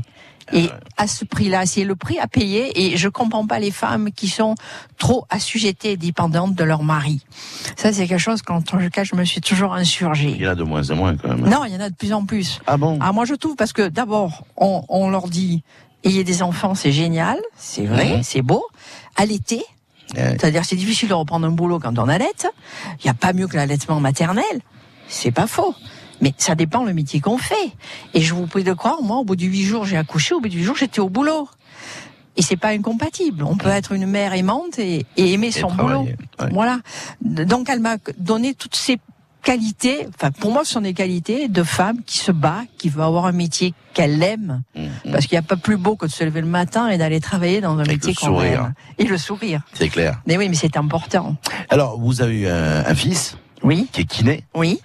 Et à ce prix-là, c'est le prix à payer. Et je comprends pas les femmes qui sont trop assujettées et dépendantes de leur mari. Ça, c'est quelque chose contre lequel je me suis toujours insurgée. Il y en a de moins en moins, quand même. Non, il y en a de plus en plus. Ah bon? Ah, moi, je trouve, parce que d'abord, on, on leur dit, ayez des enfants, c'est génial, c'est vrai, mmh. c'est beau. Allaiter. Ouais. C'est-à-dire, c'est difficile de reprendre un boulot quand on allait. Il n'y a pas mieux que l'allaitement maternel. C'est pas faux. Mais ça dépend le métier qu'on fait. Et je vous prie de croire, moi, au bout de huit jours, j'ai accouché, au bout de huit jours, j'étais au boulot. Et c'est pas incompatible. On peut être une mère aimante et, et aimer et son boulot. Ouais. Voilà. Donc, elle m'a donné toutes ces qualités, enfin, pour moi, ce sont des qualités de femme qui se bat, qui veut avoir un métier qu'elle aime. Mmh. Parce qu'il n'y a pas plus beau que de se lever le matin et d'aller travailler dans un Avec métier qu'on aime. Et le sourire. C'est clair. Mais oui, mais c'est important. Alors, vous avez eu un, un fils? Oui. Qui est kiné. Oui.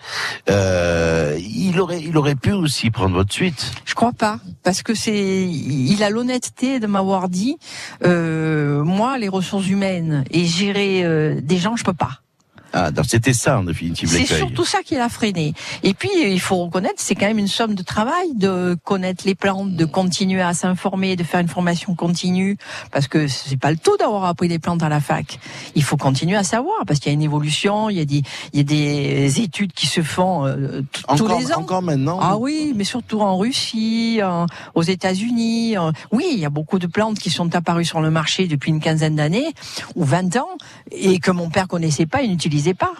Euh, il aurait, il aurait pu aussi prendre votre suite. Je crois pas, parce que c'est, il a l'honnêteté de m'avoir dit, euh, moi, les ressources humaines et gérer euh, des gens, je peux pas. Ah, donc c'était ça en définitive. C'est l'écueil. surtout ça qui l'a freiné. Et puis il faut reconnaître, c'est quand même une somme de travail de connaître les plantes, de continuer à s'informer, de faire une formation continue, parce que c'est pas le tout d'avoir appris les plantes à la fac. Il faut continuer à savoir, parce qu'il y a une évolution, il y a des, il y a des études qui se font euh, t- tous les ans. Encore maintenant. Ah oui, mais surtout en Russie, en, aux États-Unis. En, oui, il y a beaucoup de plantes qui sont apparues sur le marché depuis une quinzaine d'années ou vingt ans et que mon père connaissait pas et n'utilisait pas.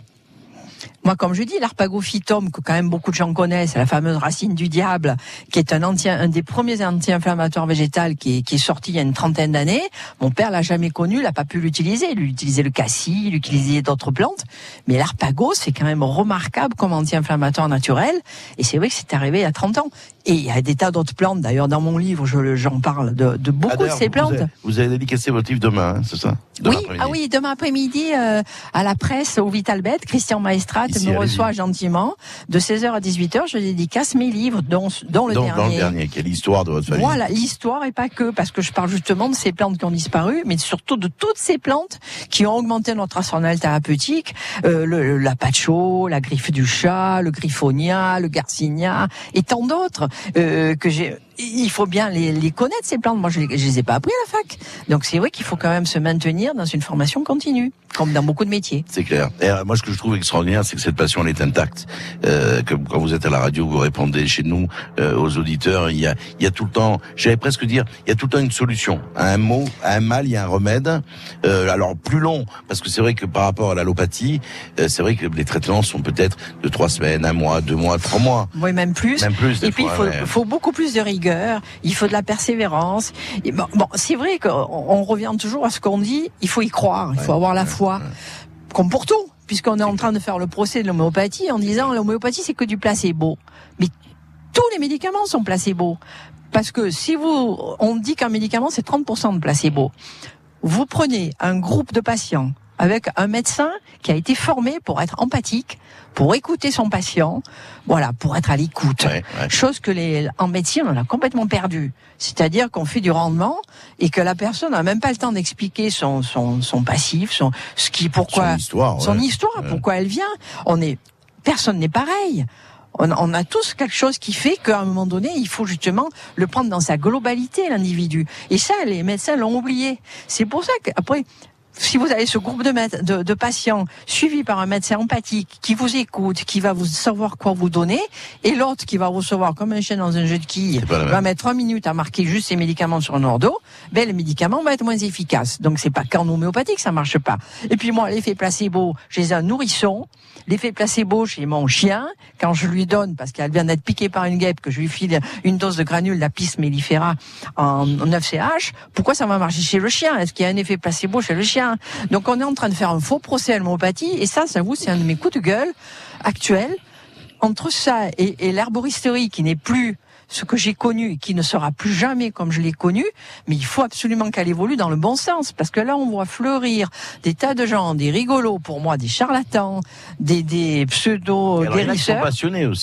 Moi, comme je dis, l'arpagophytum, que quand même beaucoup de gens connaissent, la fameuse racine du diable, qui est un, anti, un des premiers anti-inflammatoires végétaux qui est, qui est sorti il y a une trentaine d'années. Mon père l'a jamais connu, l'a pas pu l'utiliser. Il utilisait le cassis, il utilisait d'autres plantes. Mais l'arpago, c'est quand même remarquable comme anti-inflammatoire naturel. Et c'est vrai que c'est arrivé il y a trente ans. Et il y a des tas d'autres plantes. D'ailleurs, dans mon livre, je, j'en parle de, de beaucoup ah, de ces plantes. Vous avez, vous avez dédicacé votre livre demain, hein, c'est ça? Demain oui, ah oui, demain après-midi, euh, à la presse, au Vitalbet, Christian Maestrat Ici, me reçoit allez-y. gentiment. De seize heures à dix-huit heures, je dédicace mes livres, dont, dont le dans, dernier. Dans le dernier, qui est l'histoire de votre famille. Voilà, l'histoire et pas que, parce que je parle justement de ces plantes qui ont disparu, mais surtout de toutes ces plantes qui ont augmenté notre arsenal thérapeutique, euh, le, la pacho, la griffe du chat, le griffonia, le garcinia, et tant d'autres, euh, que j'ai... Il faut bien les, les connaître, ces plantes. Moi, je les, je les ai pas appris à la fac. Donc, c'est vrai qu'il faut quand même se maintenir dans une formation continue, comme dans beaucoup de métiers. C'est clair. Et alors, moi, ce que je trouve extraordinaire, c'est que cette passion, elle est intacte. Euh, que quand vous êtes à la radio, vous répondez chez nous, euh, aux auditeurs, il y a, il y a tout le temps, j'allais presque dire, il y a tout le temps une solution. À un mot, à un mal, il y a un remède. Euh, alors, plus long, parce que c'est vrai que par rapport à l'allopathie, euh, c'est vrai que les traitements sont peut-être de trois semaines, un mois, deux mois, trois mois. Oui, même plus. Même plus. Et puis, fois, il faut, ouais. faut beaucoup plus de rigueur. Il faut de la persévérance. Et bon, bon, c'est vrai qu'on on revient toujours à ce qu'on dit. Il faut y croire. Il faut ouais, avoir la ouais, foi. Ouais. Comme pour tout, puisqu'on est en train de faire le procès de l'homéopathie en disant l'homéopathie c'est que du placebo. Mais tous les médicaments sont placebo. Parce que si vous, on dit qu'un médicament c'est trente pour cent de placebo. Vous prenez un groupe de patients avec un médecin qui a été formé pour être empathique, pour écouter son patient, voilà, pour être à l'écoute. Ouais, ouais. Chose que les, en médecine, on a complètement perdu. C'est-à-dire qu'on fait du rendement et que la personne n'a même pas le temps d'expliquer son, son, son passif, son, ce qui, pourquoi, son histoire, son ouais. histoire, ouais. pourquoi elle vient. On est, personne n'est pareil. On, on a tous quelque chose qui fait qu'à un moment donné, il faut justement le prendre dans sa globalité, l'individu. Et ça, les médecins l'ont oublié. C'est pour ça qu'après, si vous avez ce groupe de, de, de patients suivis par un médecin empathique qui vous écoute, qui va vous savoir quoi vous donner, et l'autre qui va recevoir comme un chien dans un jeu de quilles, va mettre trois minutes à marquer juste ses médicaments sur un ordo, ben le médicament va être moins efficace. Donc c'est pas qu'en homéopathie que ça marche pas. Et puis moi, l'effet placebo, j'ai un nourrisson. L'effet placebo chez mon chien, quand je lui donne, parce qu'elle vient d'être piquée par une guêpe, que je lui file une dose de granule d'Apis mellifera en neuf C H, pourquoi ça va marcher chez le chien? Est-ce qu'il y a un effet placebo chez le chien? Donc on est en train de faire un faux procès à l'homéopathie, et ça, ça vous, c'est un de mes coups de gueule actuels. Entre ça et, et l'herboristerie qui n'est plus ce que j'ai connu et qui ne sera plus jamais comme je l'ai connu, mais il faut absolument qu'elle évolue dans le bon sens, parce que là on voit fleurir des tas de gens, des rigolos pour moi, des charlatans, des, des pseudo-guérisseurs. Il y en a qui sont passionnés aussi.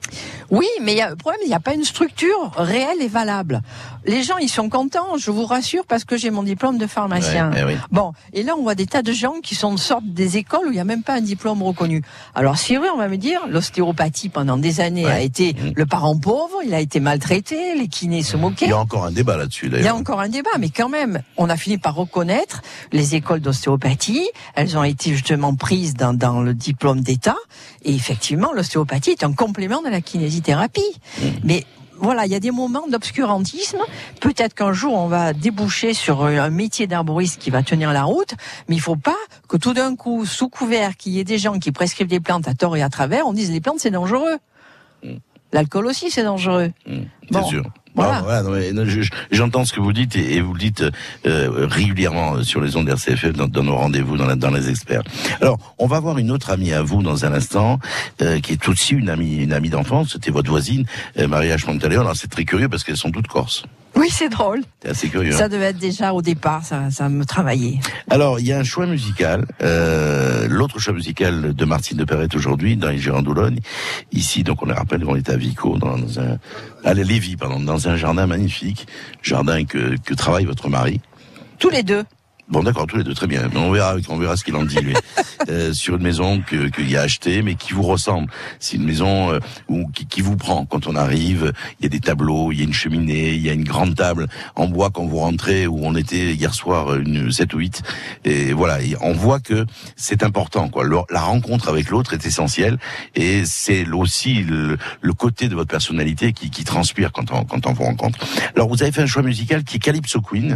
Oui, mais y a, le problème, il n'y a pas une structure réelle et valable. Les gens, ils sont contents, je vous rassure, parce que j'ai mon diplôme de pharmacien. Ouais, eh oui. Bon, et là, on voit des tas de gens qui sont sortent des écoles où il n'y a même pas un diplôme reconnu. Alors, c'est vrai, on va me dire, l'ostéopathie, pendant des années, ouais. a été mmh. le parent pauvre, il a été maltraité, les kinés se moquaient. Il y a encore un débat là-dessus, d'ailleurs. Il y a encore un débat, mais quand même, on a fini par reconnaître les écoles d'ostéopathie. Elles ont été justement prises dans, dans le diplôme d'État. Et effectivement, l'ostéopathie est un complément de la kinésithérapie. Mmh. Mais voilà, il y a des moments d'obscurantisme. Peut-être qu'un jour, on va déboucher sur un métier d'arboriste qui va tenir la route, mais il faut pas que tout d'un coup, sous couvert qu'il y ait des gens qui prescrivent des plantes à tort et à travers, on dise les plantes, c'est dangereux. Mmh. L'alcool aussi, c'est dangereux. Mmh, c'est bon. sûr. Voilà. Non, voilà, non, mais, non, je, j'entends ce que vous dites et, et vous le dites euh, régulièrement sur les ondes R C F M dans, dans nos rendez-vous dans, la, dans les experts. Alors, on va voir une autre amie à vous dans un instant, euh, qui est aussi une amie, une amie d'enfance. C'était votre voisine, euh, Maria Schmontaleon. Alors, c'est très curieux parce qu'elles sont toutes corses. Oui, c'est drôle. C'est assez curieux. Ça hein. devait être déjà au départ, ça, ça me travaillait. Alors, il y a un choix musical. Euh, l'autre choix musical de Martine de Perrette aujourd'hui, dans les Girandoulogne. Ici, donc, on le rappelle, on est à Vico, dans, dans un, à la Lévis, pardon, dans un jardin magnifique. Jardin que, que travaille votre mari. Tous les deux. Bon, d'accord, tous les deux, très bien. On verra, on verra ce qu'il en dit, lui. euh, sur une maison que, qu'il a achetée, mais qui vous ressemble. C'est une maison euh, où, qui, qui vous prend. Quand on arrive, il y a des tableaux, il y a une cheminée, il y a une grande table en bois quand vous rentrez, où on était hier soir, une sept ou huit. Et voilà, et on voit que c'est important, quoi. Le, la rencontre avec l'autre est essentielle, et c'est aussi le, le côté de votre personnalité qui, qui transpire quand on, quand on vous rencontre. Alors, vous avez fait un choix musical qui est Calypso Queen.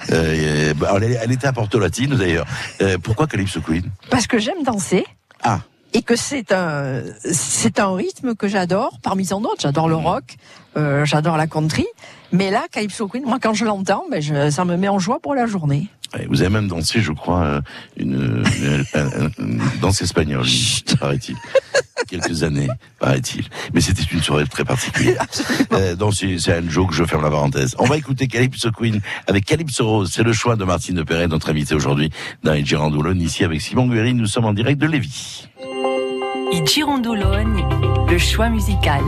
Euh, elle, elle est à Porto Latino d'ailleurs. Euh, pourquoi Calypso Queen ? Parce que j'aime danser. Ah. Et que c'est un c'est un rythme que j'adore, parmi tant d'autres. J'adore le rock, euh, j'adore la country. Mais là, Calypso Queen, moi quand je l'entends, ben je, ça me met en joie pour la journée. Vous avez même dansé, je crois, une, une, une, une danse espagnole, paraît-il. Quelques années, paraît-il. Mais c'était une soirée très particulière. Euh, donc c'est, c'est un joke, je ferme la parenthèse. On va écouter Calypso Queen avec Calypso Rose. C'est le choix de Martine de Perret, notre invitée aujourd'hui dans les Girandoulogne, ici avec Simon Guéry. Nous sommes en direct de Lévis. I Girandoulogne, le choix musical.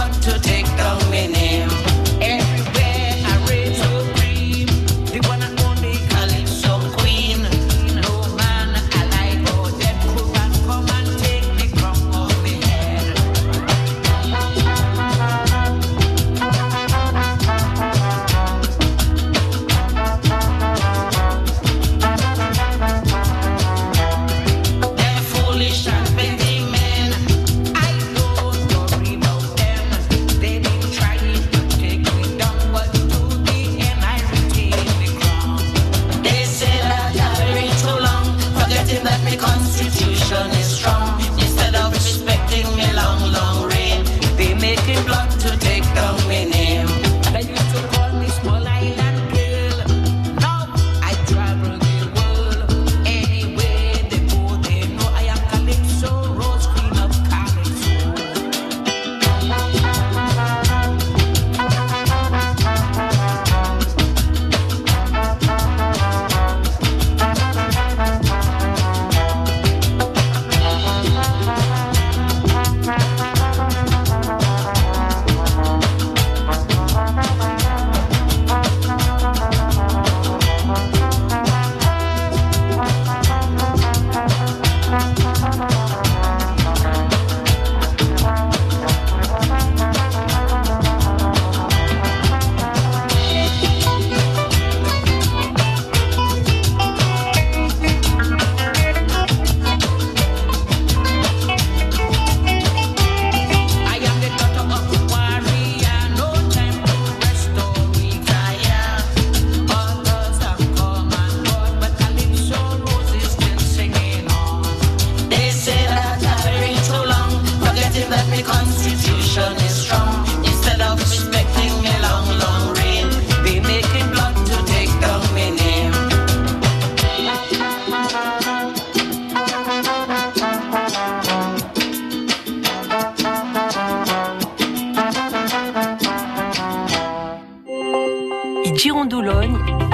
They wanna know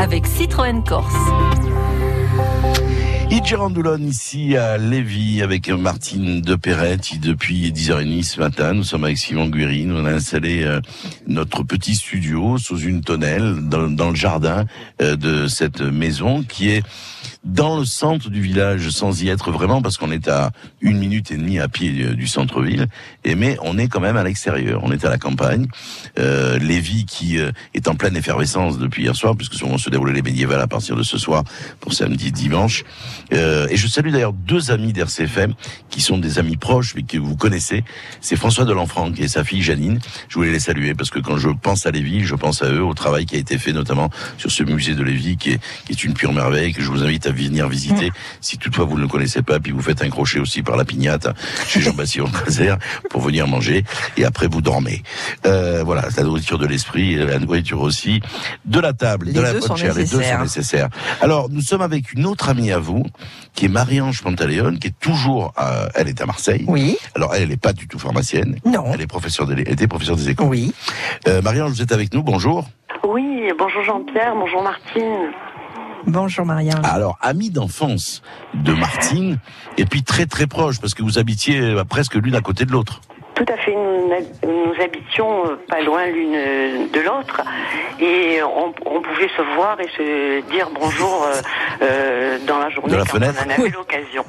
avec Citroën Corse. Idjirandoulon ici à Lévis avec Martine de Perrette depuis dix heures trente ce matin. Nous sommes avec Simon Guérine. On a installé euh, notre petit studio sous une tonnelle dans, dans le jardin euh, de cette maison qui est dans le centre du village sans y être vraiment parce qu'on est à une minute et demie à pied du, du centre-ville. Et mais on est quand même à l'extérieur. On est à la campagne. Euh, Lévis qui euh, est en pleine effervescence depuis hier soir puisque vont se dérouler les médiévales à partir de ce soir pour samedi, dimanche. Euh, et je salue d'ailleurs deux amis d'R C F M qui sont des amis proches mais que vous connaissez. C'est François Delanfranc et sa fille Janine. Je voulais les saluer parce que quand je pense à Lévis, je pense à eux, au travail qui a été fait notamment sur ce musée de Lévis qui est, qui est une pure merveille que je vous invite à venir visiter mmh. si toutefois vous ne le connaissez pas. Puis vous faites un crochet aussi par la Pignate chez Jean-Baptiste Cazer pour venir manger et après vous dormez. Euh, voilà, la nourriture de l'esprit, la nourriture aussi de la table, les de la deux bonne chair. Les deux sont nécessaires. Alors nous sommes avec une autre amie à vous qui est Marie-Ange Pantaléon, qui est toujours, à, elle est à Marseille. Oui. Alors elle, elle n'est pas du tout pharmacienne. Non. Elle est professeure de, elle était professeure des écoles. Oui. Euh, Marie-Ange, vous êtes avec nous. Bonjour. Oui. Bonjour Jean-Pierre. Bonjour Martine. Bonjour Marie-Ange. Alors, amie d'enfance de Martine, et puis très très proche, parce que vous habitiez presque l'une à côté de l'autre. Tout à fait, nous, nous habitions pas loin l'une de l'autre et on, on pouvait se voir et se dire bonjour euh, euh, dans la journée de la quand fenêtre. on en avait Oui. l'occasion.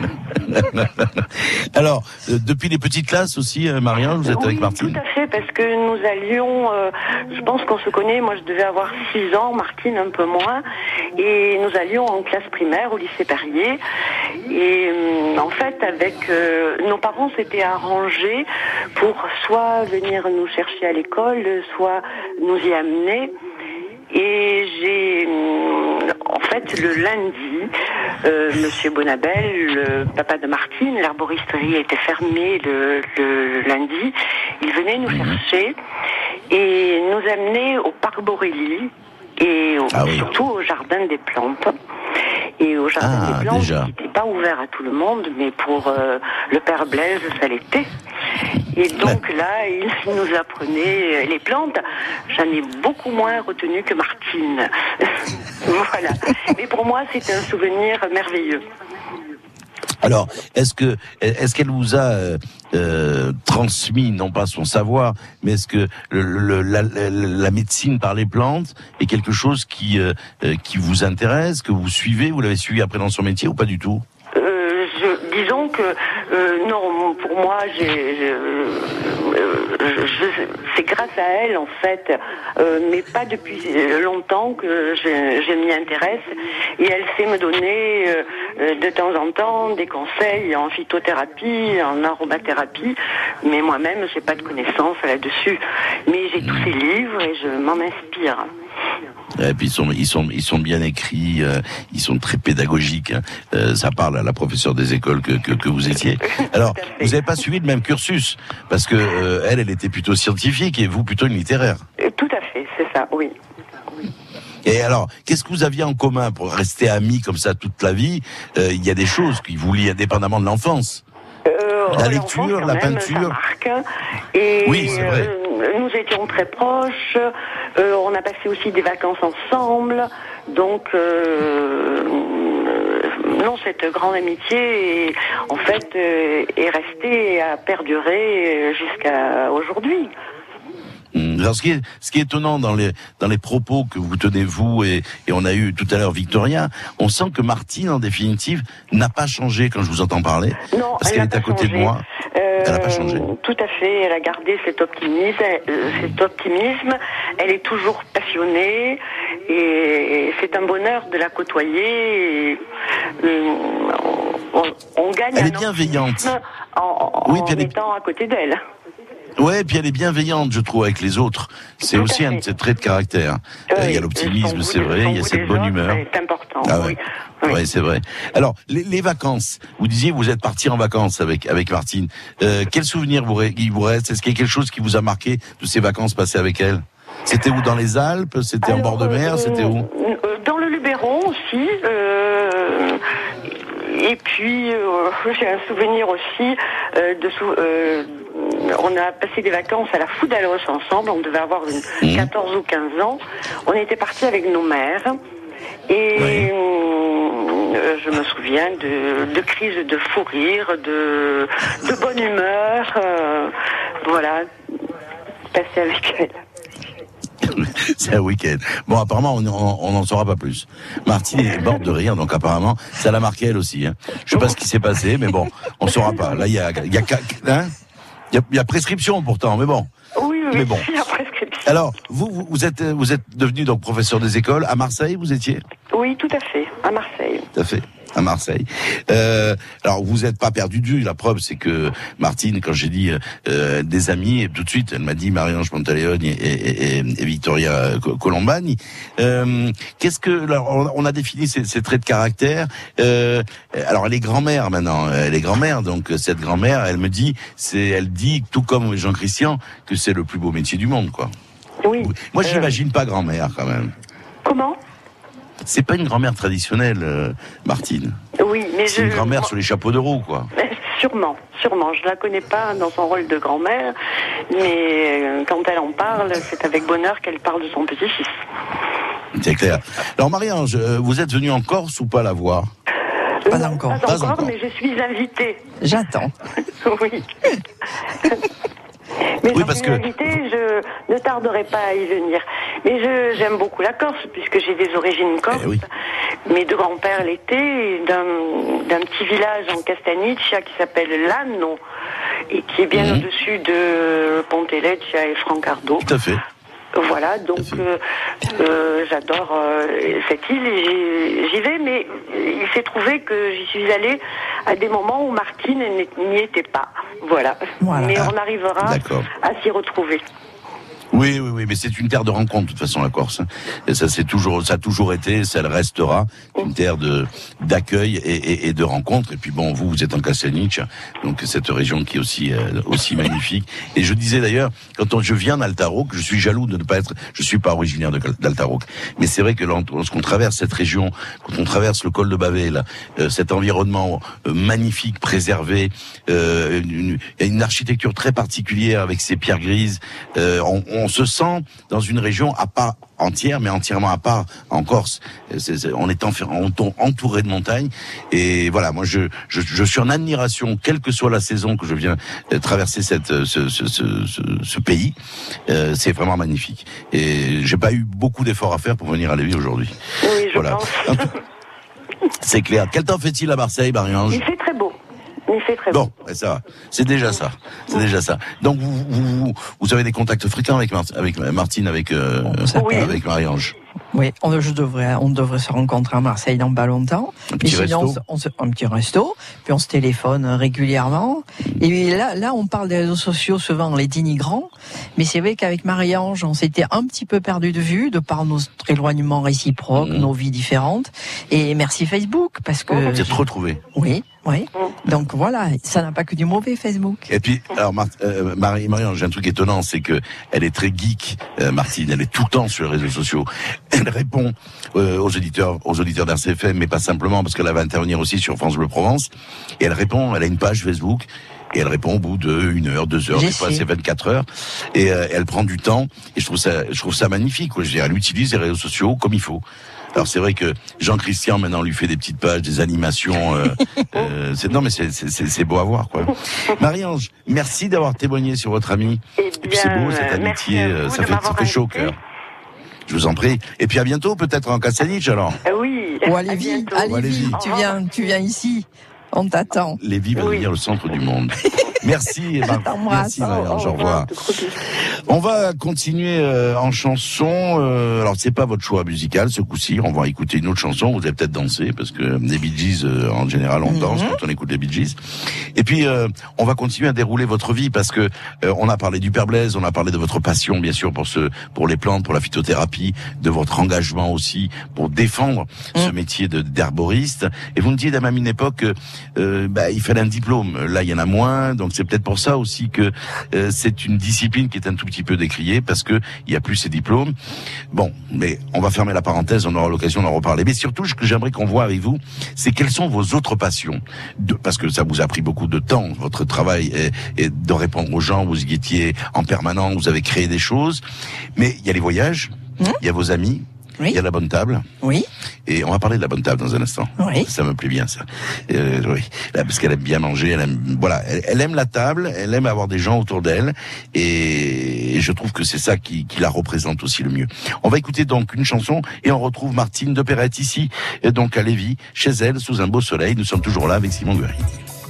Alors, euh, depuis les petites classes aussi, euh, Marie-Ange, vous êtes oui, avec Martine? Tout à fait, parce que nous allions, euh, je pense qu'on se connaît, moi je devais avoir six ans, Martine un peu moins, et nous allions en classe primaire au lycée Perrier, et euh, en fait avec euh, nos parents s'étaient arrangés pour soit venir nous chercher à l'école, soit nous y amener. Et j'ai, en fait, le lundi, euh, Monsieur Bonabel, le papa de Martine, l'herboristerie était fermée le, le lundi. Il venait nous chercher et nous amener au parc Borelli et au, ah oui. surtout au jardin des plantes. Et au jardin ah, des plantes, qui n'était pas ouvert à tout le monde, mais pour euh, le père Blaise, ça l'était. Et donc là, il nous apprenait les plantes. J'en ai beaucoup moins retenu que Martine. Voilà. Mais pour moi, c'était un souvenir merveilleux. Alors, est-ce que est-ce qu'elle vous a euh, euh, transmis non pas son savoir, mais est-ce que le, le, la, la médecine par les plantes est quelque chose qui euh, qui vous intéresse, que vous suivez, vous l'avez suivi après dans son métier ou pas du tout? euh, je, Disons que euh, non, pour moi, j'ai, je, je, je, c'est grâce à elle en fait, euh, mais pas depuis longtemps que je, je m'y intéresse. Et elle sait me donner euh, de temps en temps des conseils en phytothérapie, en aromathérapie, mais moi-même j'ai pas de connaissances là-dessus. Mais j'ai tous ces livres et je m'en inspire. Et puis ils sont, ils sont, ils sont bien écrits, euh, ils sont très pédagogiques. Hein. Euh, ça parle à la professeure des écoles que que, que vous étiez. Alors, vous n'avez pas suivi le même cursus parce que euh, elle, elle était plutôt scientifique et vous plutôt une littéraire. Tout à fait, c'est ça, oui. Et alors, qu'est-ce que vous aviez en commun pour rester amis comme ça toute la vie? euh, Il y a des choses qui vous lient indépendamment de l'enfance. Euh, la lecture, la même, peinture. Et oui, c'est vrai. Euh, nous étions très proches. Euh, on a passé aussi des vacances ensemble. Donc, euh, non, cette grande amitié, est, en fait, euh, est restée et a perduré jusqu'à aujourd'hui. Alors, ce qui est, ce qui est étonnant dans les, dans les propos que vous tenez, vous, et, et on a eu tout à l'heure Victoria, on sent que Martine, en définitive, n'a pas changé quand je vous entends parler. Non, parce qu'elle est à côté changé. de moi. Euh, elle n'a pas changé. Tout à fait, elle a gardé cet optimisme, euh, cet optimisme. Elle est toujours passionnée et c'est un bonheur de la côtoyer. Et, euh, on, on gagne elle un est bienveillante. En, en, oui, en elle étant est... à côté d'elle. Ouais, puis elle est bienveillante, je trouve, avec les autres. C'est Tout aussi un de ses traits de caractère. Oui, euh, il y a l'optimisme, c'est vrai, il y a cette bonne humeur. C'est important, ah ouais. oui. oui. Ouais, c'est vrai. Alors, les, les vacances. Vous disiez, vous êtes parti en vacances avec avec Martine. Euh, quel souvenir vous, il vous reste? Est-ce qu'il y a quelque chose qui vous a marqué de ces vacances passées avec elle? C'était où, dans les Alpes? C'était en bord de mer? Euh, C'était où? Dans le Luberon aussi. Euh, et puis, euh, j'ai un souvenir aussi euh, de... Sou, euh, on a passé des vacances à la Foudalos ensemble. On devait avoir une, quatorze ou quinze ans. On était partis avec nos mères. Et oui. euh, je me souviens de, de crises de fou rire, de, de bonne humeur. Euh, voilà, passer avec elle. C'est un week-end. Bon, apparemment, on n'en saura pas plus. Martine est morte de rire, donc apparemment, ça l'a marqué elle aussi. Hein. Je sais pas ce qui s'est passé, mais bon, on ne saura pas. Là, il y a, il y a, hein, il y a, il y a prescription pourtant, mais bon. Oui, oui, mais bon. il y a prescription. Alors, vous, vous êtes, vous êtes devenu donc professeur des écoles à Marseille, vous étiez ? Oui, tout à fait, à Marseille. Tout à fait. À Marseille. Euh, alors vous n'êêtes pas perdu de vue. La preuve, c'est que Martine, quand j'ai dit euh, des amis, et tout de suite, elle m'a dit Marie-Ange Montaleone et, et, et, et Vittoria Colombani. Euh, qu'est-ce que alors, on a défini ces, ces traits de caractère. Euh, alors elle est grand-mère maintenant. Elle est grand-mère, donc cette grand-mère, elle me dit, c'est, elle dit, tout comme Jean-Christian, que c'est le plus beau métier du monde, quoi. Oui. Moi, je n'imagine euh... pas grand-mère quand même. Comment ? C'est pas une grand-mère traditionnelle, euh, Martine. Oui, mais c'est je... une grand-mère sur les chapeaux de roue, quoi. Sûrement, sûrement. Je la connais pas dans son rôle de grand-mère, mais euh, quand elle en parle, c'est avec bonheur qu'elle parle de son petit-fils. C'est clair. Alors, Marie-Ange, vous êtes venue en Corse ou pas la voir ? Pas non, encore. Pas, pas encore, encore, mais je suis invitée. J'attends. Oui. Mais oui, j'en parce suis que... invitée, je ne tarderai pas à y venir. Mais je, j'aime beaucoup la Corse, puisque j'ai des origines corses. Eh oui. Mes deux grands-pères l'étaient, d'un, d'un petit village en Castagniccia qui s'appelle Lano, et qui est bien mmh. au-dessus de Ponteleccia et Francardo. Tout à fait. Voilà, donc euh, euh, j'adore euh, cette île et j'y, j'y vais, mais il s'est trouvé que j'y suis allée à des moments où Martine n'y était pas. Voilà. voilà. Mais on arrivera D'accord. à s'y retrouver. Oui, oui, oui, mais c'est une terre de rencontre, de toute façon, la Corse. Et ça, c'est toujours, ça a toujours été, ça le restera, une terre de, d'accueil et, et, et de rencontre. Et puis bon, vous, vous êtes en Castagniccia, donc cette région qui est aussi, euh, aussi magnifique. Et je disais d'ailleurs, quand on, je viens d'Altaroc, je suis jaloux de ne pas être, je suis pas originaire de, d'Altaroc. Mais c'est vrai que lorsqu'on traverse cette région, quand on traverse le col de Bavé, là, euh, cet environnement euh, magnifique, préservé, euh, une, une architecture très particulière avec ses pierres grises, euh, on, on On se sent dans une région à part entière, mais entièrement à part en Corse. C'est, c'est, on est entouré de montagnes. Et voilà, moi, je, je, je suis en admiration, quelle que soit la saison que je viens traverser cette, ce, ce, ce, ce, ce pays. Euh, c'est vraiment magnifique. Et j'ai pas eu beaucoup d'efforts à faire pour venir à Lévis aujourd'hui. Oui, je voilà. pense. C'est clair. Quel temps fait-il à Marseille, Marie-Ange ? Il fait très beau. Il fait très bon, beau. ça va. C'est déjà ça. C'est oui. déjà ça. Donc vous, vous, vous avez des contacts fréquents avec, Mar- avec Martine, avec, euh, oui. avec Marie-Ange. Oui, on, je devrais, on devrait se rencontrer à Marseille dans pas longtemps. Un petit et resto. On se, on se, un petit resto, puis on se téléphone régulièrement. Et là, là, on parle des réseaux sociaux, souvent les dénigrants. Mais c'est vrai qu'avec Marie-Ange, on s'était un petit peu perdu de vue, de par notre éloignement réciproque, mmh. nos vies différentes. Et merci Facebook, parce que... Vous êtes retrouvés. Oui, oui. Donc voilà, ça n'a pas que du mauvais, Facebook. Et puis, alors, Mar- euh, Marie, Marie-Ange, j'ai un truc étonnant, c'est que elle est très geek, euh, Martine. Elle est tout le temps sur les réseaux sociaux. Elle répond euh, aux auditeurs, aux auditeurs d'R C F M, mais pas simplement, parce qu'elle va intervenir aussi sur France Bleu Provence. Et elle répond, elle a une page Facebook. Et elle répond au bout de une heure, deux heures, des fois c'est vingt-quatre heures. Et euh, elle prend du temps. Et je trouve ça, je trouve ça magnifique, quoi. Je veux dire, elle utilise les réseaux sociaux comme il faut. Alors c'est vrai que Jean-Christian maintenant lui fait des petites pages, des animations. Euh, euh, c'est, non mais c'est, c'est, c'est beau à voir, quoi. Marie-Ange, merci d'avoir témoigné sur votre amie. Eh bien, et puis c'est beau cette amitié, euh, ça fait, ça fait chaud au cœur. Je vous en prie. Et puis à bientôt, peut-être en Castagniccia alors. Euh, oui. Ou à Lévis. À Lévis. Tu viens, tu viens ici. On t'attend. Lévis va oui. devenir le centre du monde. Merci, Mar- merci Marie-Ange, au revoir. On va continuer euh, en chanson. Euh, alors c'est pas votre choix musical ce coup-ci. On va écouter une autre chanson. Vous allez peut-être danser parce que les Bee Gees, euh, en général, on mm-hmm. danse quand on écoute les Bee Gees. Et puis euh, on va continuer à dérouler votre vie parce que euh, on a parlé du Père Blaise, on a parlé de votre passion bien sûr pour ce, pour les plantes, pour la phytothérapie, de votre engagement aussi pour défendre mm. ce métier de d'herboriste. Et vous me disiez à même une époque, euh, bah, il fallait un diplôme. Là, il y en a moins, donc c'est peut-être pour ça aussi que euh, c'est une discipline qui est un tout petit petit peu décrié parce que il y a plus ces diplômes. Bon, mais on va fermer la parenthèse, on aura l'occasion d'en reparler. Mais surtout, ce que j'aimerais qu'on voit avec vous, c'est quelles sont vos autres passions. De, parce que ça vous a pris beaucoup de temps, votre travail est, est de répondre aux gens, vous y étiez en permanence, vous avez créé des choses. Mais il y a les voyages, il mmh. y a vos amis, il oui. y a la bonne table. Oui. Et on va parler de la bonne table dans un instant. Oui. Ça me plaît bien, ça. Euh, oui. Là, parce qu'elle aime bien manger, elle aime, voilà, elle, elle aime la table, elle aime avoir des gens autour d'elle, et, et je trouve que c'est ça qui, qui la représente aussi le mieux. On va écouter donc une chanson, et on retrouve Martine de Perrette ici, et donc à Lévis, chez elle, sous un beau soleil. Nous sommes toujours là avec Simon Guerini.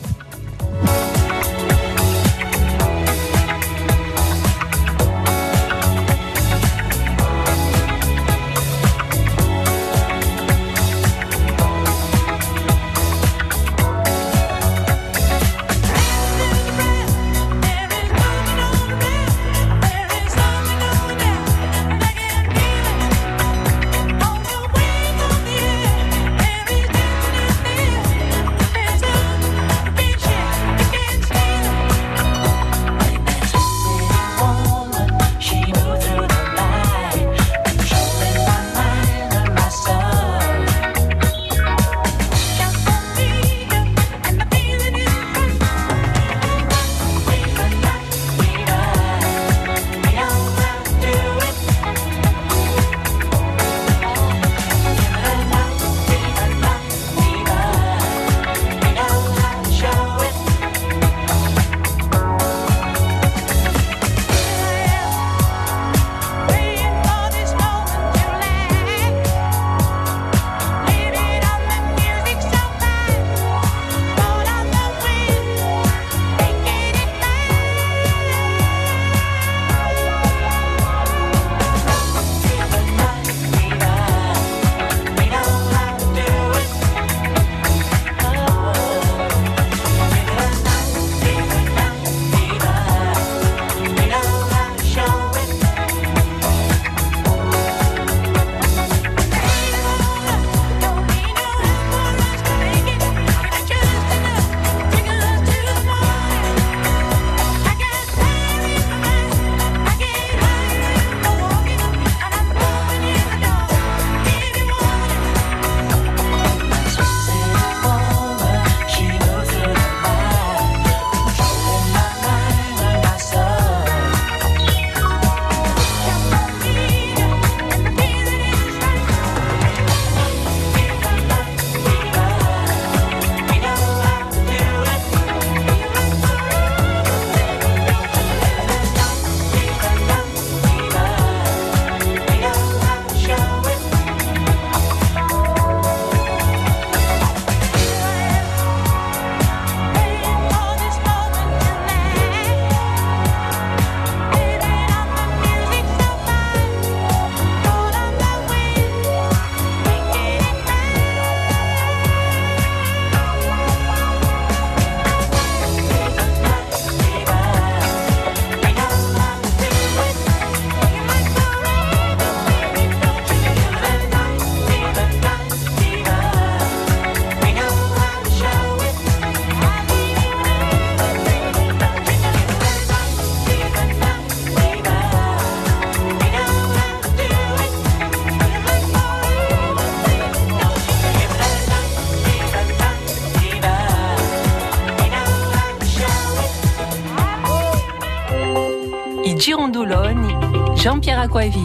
Girondoulogne, Jean-Pierre Acquavive.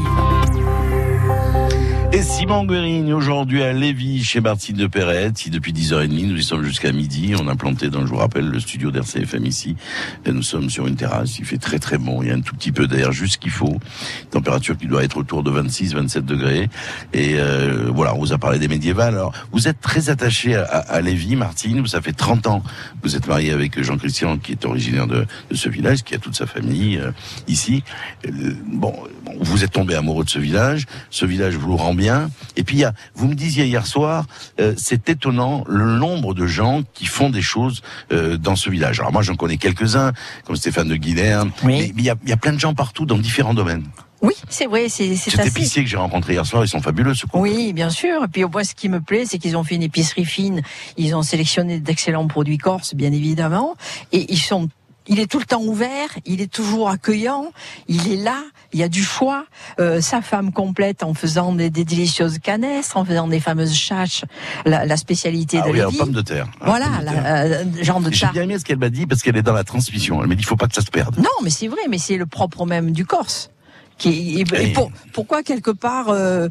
Et Simon Guerini, aujourd'hui à Lévis, chez Martine de Perrette. Si depuis dix heures trente, nous y sommes jusqu'à midi. On a planté, donc, je vous rappelle, le studio d'R C F M ici. Et nous sommes sur une terrasse. Il fait très très bon. Il y a un tout petit peu d'air, juste ce qu'il faut. Température qui doit être autour de vingt-six, vingt-sept degrés. Et euh, voilà, on vous a parlé des médiévales. Alors, vous êtes très attaché à, à, à Lévis, Martine. Ça fait trente ans que vous êtes marié avec Jean-Christian, qui est originaire de, de ce village, qui a toute sa famille euh, ici. Euh, bon, bon, vous êtes tombé amoureux de ce village. Ce village vous le rend bien. Et puis, il y a, vous me disiez hier soir, euh, c'est étonnant le nombre de gens qui font des choses euh, dans ce village. Alors moi, j'en connais quelques-uns, comme Stéphane de Guilherme, oui. mais il y a, il y a plein de gens partout dans différents domaines. Oui, c'est vrai, c'est, c'est Cet assez... épicier que j'ai rencontré hier soir, ils sont fabuleux, ce couple. Oui, bien sûr. Et puis, moi, ce qui me plaît, c'est qu'ils ont fait une épicerie fine. Ils ont sélectionné d'excellents produits corses, bien évidemment. Et ils sont il est tout le temps ouvert, il est toujours accueillant, il est là, il y a du choix. Euh, sa femme complète en faisant des, des délicieuses canesses, en faisant des fameuses chaches, la, la spécialité ah de oui, Lévy. Pomme de terre. Voilà, pomme de terre. la, euh, genre de J'ai tarte. bien aimé ce qu'elle m'a dit parce qu'elle est dans la transmission. Elle m'a dit il faut pas que ça se perde. Non, mais c'est vrai, mais c'est le propre même du Corse. Qui, et, et pour, pourquoi quelque part, euh,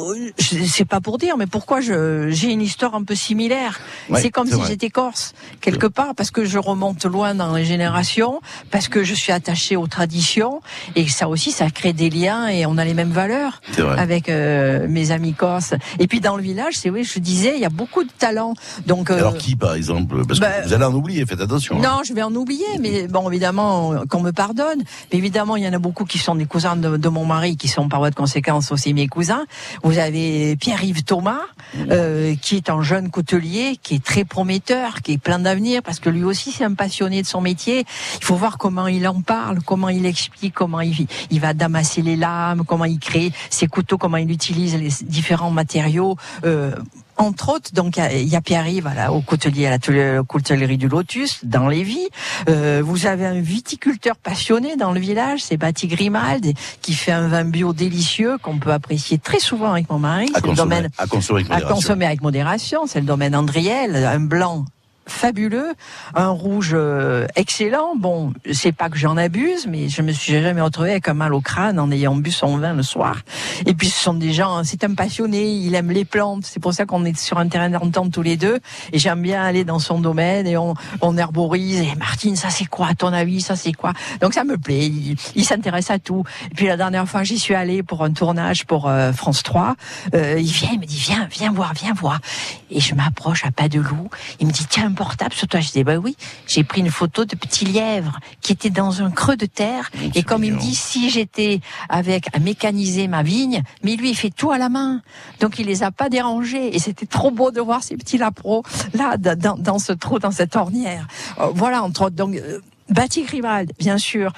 c'est pas pour dire, mais pourquoi je, j'ai une histoire un peu similaire. Ouais, c'est comme c'est si vrai. j'étais corse, quelque part, parce que je remonte loin dans les générations, parce que je suis attachée aux traditions, et ça aussi, ça crée des liens, et on a les mêmes valeurs avec euh, mes amis corses. Et puis dans le village, c'est vrai, je disais, il y a beaucoup de talents. Donc, euh, alors qui, par exemple, parce bah, que vous allez en oublier, faites attention. Non, hein. je vais en oublier, mais bon, évidemment, qu'on me pardonne. Mais évidemment, il y en a beaucoup qui sont des cousins de, de mon mari, qui sont par voie de conséquence aussi mes cousins. Vous avez Pierre-Yves Thomas, euh, qui est un jeune coutelier, qui est très prometteur, qui est plein d'avenir, parce que lui aussi c'est un passionné de son métier. Il faut voir comment il en parle, comment il explique, comment il, il va damasser les lames, comment il crée ses couteaux, comment il utilise les différents matériaux. Euh, Entre autres, donc il y a Pierre-Yves voilà, au coutelier à la coutellerie du Lotus dans Lévy. Euh, vous avez un viticulteur passionné dans le village, c'est Bati Grimaldi, qui fait un vin bio délicieux qu'on peut apprécier très souvent avec mon mari. À C'est consommer, le domaine à consommer avec à modération. consommer avec modération. C'est le domaine Andriel, un blanc fabuleux, un rouge euh, excellent. Bon, c'est pas que j'en abuse, mais je me suis jamais retrouvée avec un mal au crâne en ayant bu son vin le soir. Et puis ce sont des gens, c'est un passionné, il aime les plantes. C'est pour ça qu'on est sur un terrain d'entente tous les deux. Et j'aime bien aller dans son domaine et on, on herborise. Et Martine, ça c'est quoi à ton avis? Ça c'est quoi? Donc ça me plaît. Il, il s'intéresse à tout. Et puis la dernière fois, j'y suis allée pour un tournage pour euh, France trois. Euh, il vient, il me dit viens, viens voir, viens voir. Et je m'approche à pas de loup. Il me dit tiens, portable sur toi. Je dis bah oui, j'ai pris une photo de petit lièvre qui était dans un creux de terre mmh, et comme mignon. Il me dit si j'étais avec à mécaniser ma vigne, mais lui il fait tout à la main, donc il les a pas dérangés et c'était trop beau de voir ces petits lapros là dans, dans ce trou, dans cette ornière. Euh, voilà entre autres donc euh, Bati Grimaldi, bien sûr.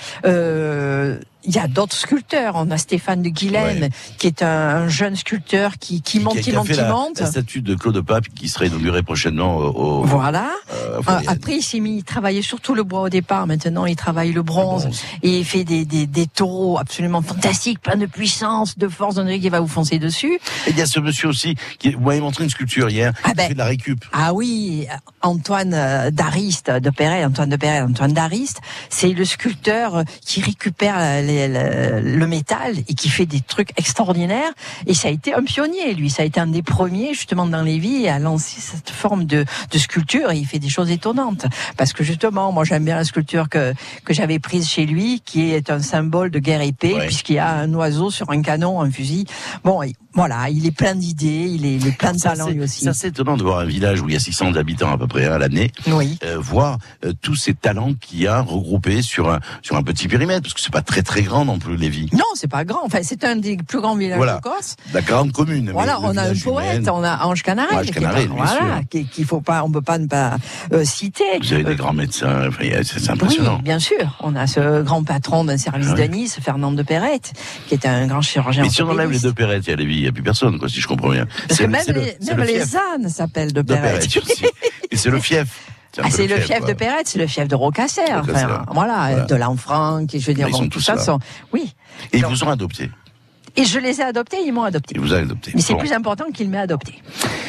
Euh, Il y a d'autres sculpteurs. On a Stéphane de Guilhem, ouais. qui est un, un jeune sculpteur qui, qui, qui monte, qui, qui monte, qui la, monte. La statue de Claude Pape qui serait inaugurée prochainement au. Voilà. Euh, euh, après, il s'est mis, il travaillait surtout le bois au départ. Maintenant, il travaille le bronze, le bronze. Et il fait des, des, des taureaux absolument fantastiques, plein de puissance, de force. On dirait qu'il va vous foncer dessus. Et il y a ce monsieur aussi qui vous m'avez montré une sculpture hier. Ah ben, qui fait de la récup. Ah oui, Antoine Dariste de Perret, Antoine de Perret, Antoine Dariste, c'est le sculpteur qui récupère les, les, le métal et qui fait des trucs extraordinaires. Et ça a été un pionnier, lui. Ça a été un des premiers, justement, dans Lévy, à lancer cette forme de, de sculpture. Et il fait des choses étonnantes. Parce que, justement, moi, j'aime bien la sculpture que, que j'avais prise chez lui, qui est un symbole de guerre épée, ouais. puisqu'il y a un oiseau sur un canon, un fusil. Bon, voilà, il est plein d'idées, il est, il est plein de talent, lui aussi. C'est assez étonnant de voir un village où il y a six cents habitants à peu près à l'année. Oui. Euh, voir euh, tous ces talents qu'il y a regroupés sur un, sur un petit périmètre. Parce que c'est pas très très grand non plus, Lévy. Non, c'est pas grand. Enfin, c'est un des plus grands villages voilà. de Corse. La grande commune. Voilà, on a un poète, humaine. on a Ange Canarel. Ange Canarel, qui, voilà, qu'il faut pas, on peut pas ne pas euh, citer. Vous avez euh, des grands médecins, enfin, c'est impressionnant. Oui, bien sûr. On a ce grand patron d'un service ah oui. de Nice, Fernand de Perrette, qui est un grand chirurgien. Mais si on enlève les deux Perrette, il y a Lévy, il n'y a plus personne, quoi, si je comprends bien. Parce que même les, le, même les ânes s'appellent de Perrette. De Perrette Et c'est le fief. C'est, ah, c'est le fief, fief de Perrette, c'est le fief de Rocasser. Enfin, voilà, voilà, de l'Enfranc, je veux dire, ils bon, sont tout tous ça là. sont. Oui. Et donc, ils vous ont adopté. Et je les ai adoptés, ils m'ont adopté. Ils vous ont adopté. Mais c'est bon. plus important qu'ils m'aient adopté.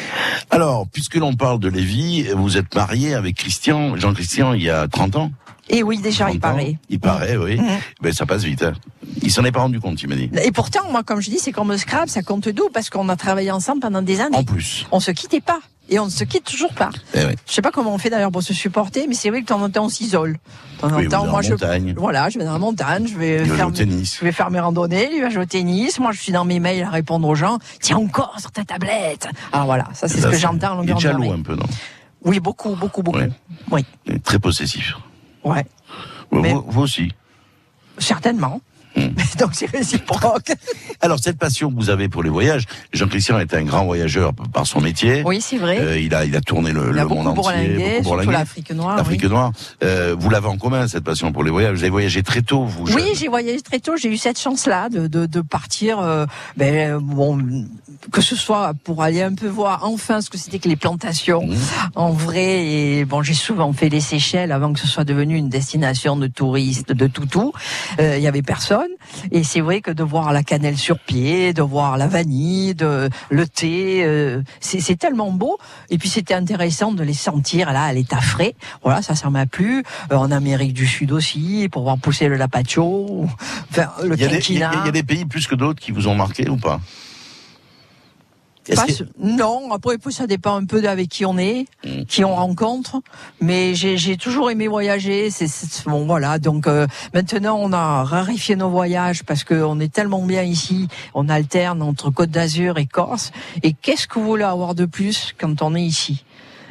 Alors, puisque l'on parle de Lévy, vous êtes marié avec Christian, Jean-Christian, il y a trente ans. Et oui, déjà, il paraît. Il paraît, oui. Mmh. Ben, ça passe vite. Hein. Il s'en est pas rendu compte, il m'a dit. Et pourtant, moi, comme je dis, c'est comme Scrabble, ça compte doux, parce qu'on a travaillé ensemble pendant des années. En plus. On se quittait pas. Et on ne se quitte toujours pas. Eh oui. Je sais pas comment on fait d'ailleurs pour se supporter, mais c'est vrai que de temps en temps on s'isole. De temps en oui, temps, moi je, montagne. voilà, je vais dans la montagne, je vais faire, au tennis. je vais faire mes randonnées, lui va jouer au tennis. Moi, je suis dans mes mails à répondre aux gens. Tiens encore sur ta tablette. Alors voilà, ça c'est ça, ce que j'entends en longueur de journée. Il est jaloux un peu, non? Oui, beaucoup, beaucoup, beaucoup. Ouais. Oui. Très possessif. Ouais. Vous, mais... vous aussi. Certainement. Mmh. Donc c'est réciproque. Alors cette passion que vous avez pour les voyages, Jean-Christian est un grand voyageur par son métier. Oui, c'est vrai. Euh, il a il a tourné le, il a le monde entier, beaucoup surtout l'Afrique noire. L'Afrique oui. noire. Euh, vous l'avez en commun cette passion pour les voyages. Vous avez voyagé très tôt, vous. Oui, jeune. j'ai voyagé très tôt. J'ai eu cette chance-là de de, de partir. Euh, ben bon, que ce soit pour aller un peu voir enfin ce que c'était que les plantations mmh. en vrai. Et bon, j'ai souvent fait les Seychelles avant que ce soit devenu une destination de touristes, de toutou. Euh, il y avait personne. Et c'est vrai que de voir la cannelle sur pied, de voir la vanille, de le thé, euh, c'est, c'est tellement beau. Et puis c'était intéressant de les sentir là à l'état frais. Voilà, ça, ça m'a plu. Euh, en Amérique du Sud aussi, pour voir pousser le lapacho, enfin le quinquina. Il y, a il y a des pays plus que d'autres qui vous ont marqué ou pas? Pas, que... Non, après ça dépend un peu d'avec qui on est, mmh. qui on rencontre. Mais j'ai, j'ai toujours aimé voyager. C'est, c'est bon, voilà. Donc euh, maintenant, on a raréfié nos voyages parce que on est tellement bien ici. On alterne entre Côte d'Azur et Corse. Et qu'est-ce que vous voulez avoir de plus quand on est ici?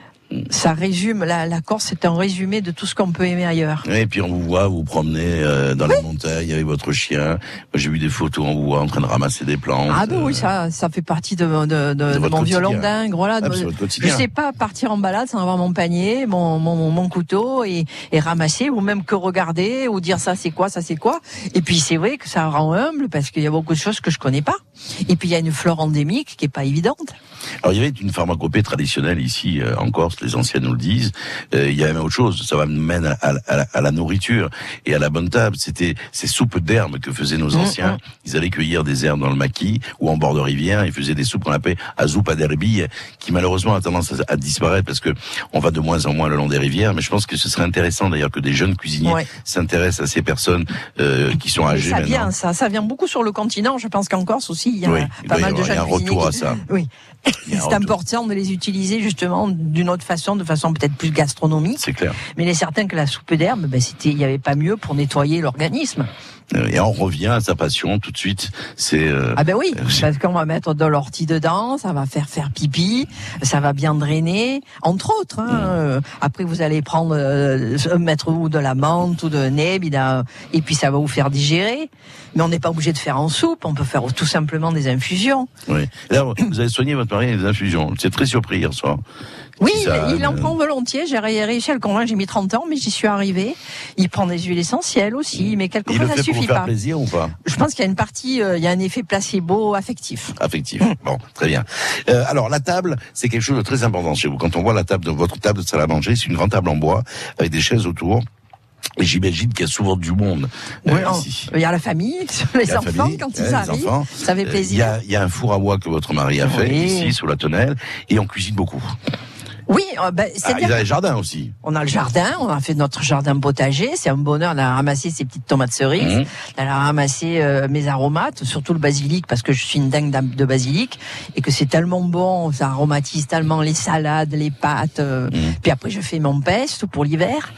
Ça résume, la, la Corse, c'est un résumé de tout ce qu'on peut aimer ailleurs. Et puis on vous voit vous promener euh, dans oui. les montagnes avec votre chien. Moi, j'ai vu des photos, on vous voit en train de ramasser des plantes. Ah ben euh... oui, ça, ça fait partie de, de, de, de, de mon quotidien. Violon dingue. Voilà, ah, de, je sais pas partir en balade sans avoir mon panier, mon, mon, mon couteau et, et ramasser, ou même que regarder, ou dire ça c'est quoi, ça c'est quoi. Et puis c'est vrai que ça rend humble parce qu'il y a beaucoup de choses que je connais pas. Et puis il y a une flore endémique qui est pas évidente. Alors il y avait une pharmacopée traditionnelle ici euh, en Corse, les anciens nous le disent. Euh, il y a même autre chose, ça va mener à, à, à, à la nourriture et à la bonne table. C'était ces soupes d'herbes que faisaient nos anciens. Mmh, mmh. Ils allaient cueillir des herbes dans le maquis ou en bord de rivière. Ils faisaient des soupes qu'on appelait azoupa d'herbille, qui malheureusement a tendance à, à disparaître parce que on va de moins en moins le long des rivières. Mais je pense que ce serait intéressant d'ailleurs que des jeunes cuisiniers ouais. s'intéressent à ces personnes euh, qui sont âgées ça maintenant. Vient, ça, ça vient beaucoup sur le continent. Je pense qu'en Corse aussi, il y a oui, pas mal de jeunes cuisiniers. Il y a un retour à ça. Oui. C'est important de les utiliser justement d'une autre façon, de façon peut-être plus gastronomique. C'est clair. Mais il est certain que la soupe d'herbe, ben c'était, il n'y avait pas mieux pour nettoyer l'organisme. Et on revient à sa passion tout de suite. C'est euh, ah ben oui, parce qu'on va mettre de l'ortie dedans, ça va faire faire pipi, ça va bien drainer, entre autres. Hein. Mmh. Après vous allez prendre euh, mettre ou de la menthe ou de neb, et puis ça va vous faire digérer. Mais on n'est pas obligé de faire en soupe, on peut faire tout simplement des infusions. Oui. Alors vous avez soigné votre mari avec des infusions. C'est très surpris hier soir. Oui, ça, il, il en euh... prend volontiers. J'ai réussi à le convaincre. J'ai mis trente ans, mais j'y suis arrivée. Il prend des huiles essentielles aussi, mais quelquefois ça suffit pas. Il le fait pour faire plaisir ou pas? Je pense qu'il y a une partie, euh, il y a un effet placebo affectif. Affectif. Bon, très bien. Euh, alors la table, c'est quelque chose de très important chez vous. Quand on voit la table de votre table de salle à manger, c'est une grande table en bois avec des chaises autour. Et j'imagine qu'il y a souvent du monde euh, oui, ici. Il y a la famille, les enfants famille, quand ils ouais, arrivent, enfants. Ça fait plaisir. Il y, a, il y a un four à bois que votre mari a fait oui. ici sous la tonnelle, et on cuisine beaucoup. Oui, euh, ben, c'est ah, il y a le jardin aussi. On a le jardin, on a fait notre jardin potager, c'est un bonheur. On a ramassé ces petites tomates cerises, mmh. on a ramassé euh, mes aromates, surtout le basilic, parce que je suis une dingue de basilic, et que c'est tellement bon, ça aromatise tellement les salades, les pâtes. Euh, mmh. Puis après, je fais mon pesto pour l'hiver.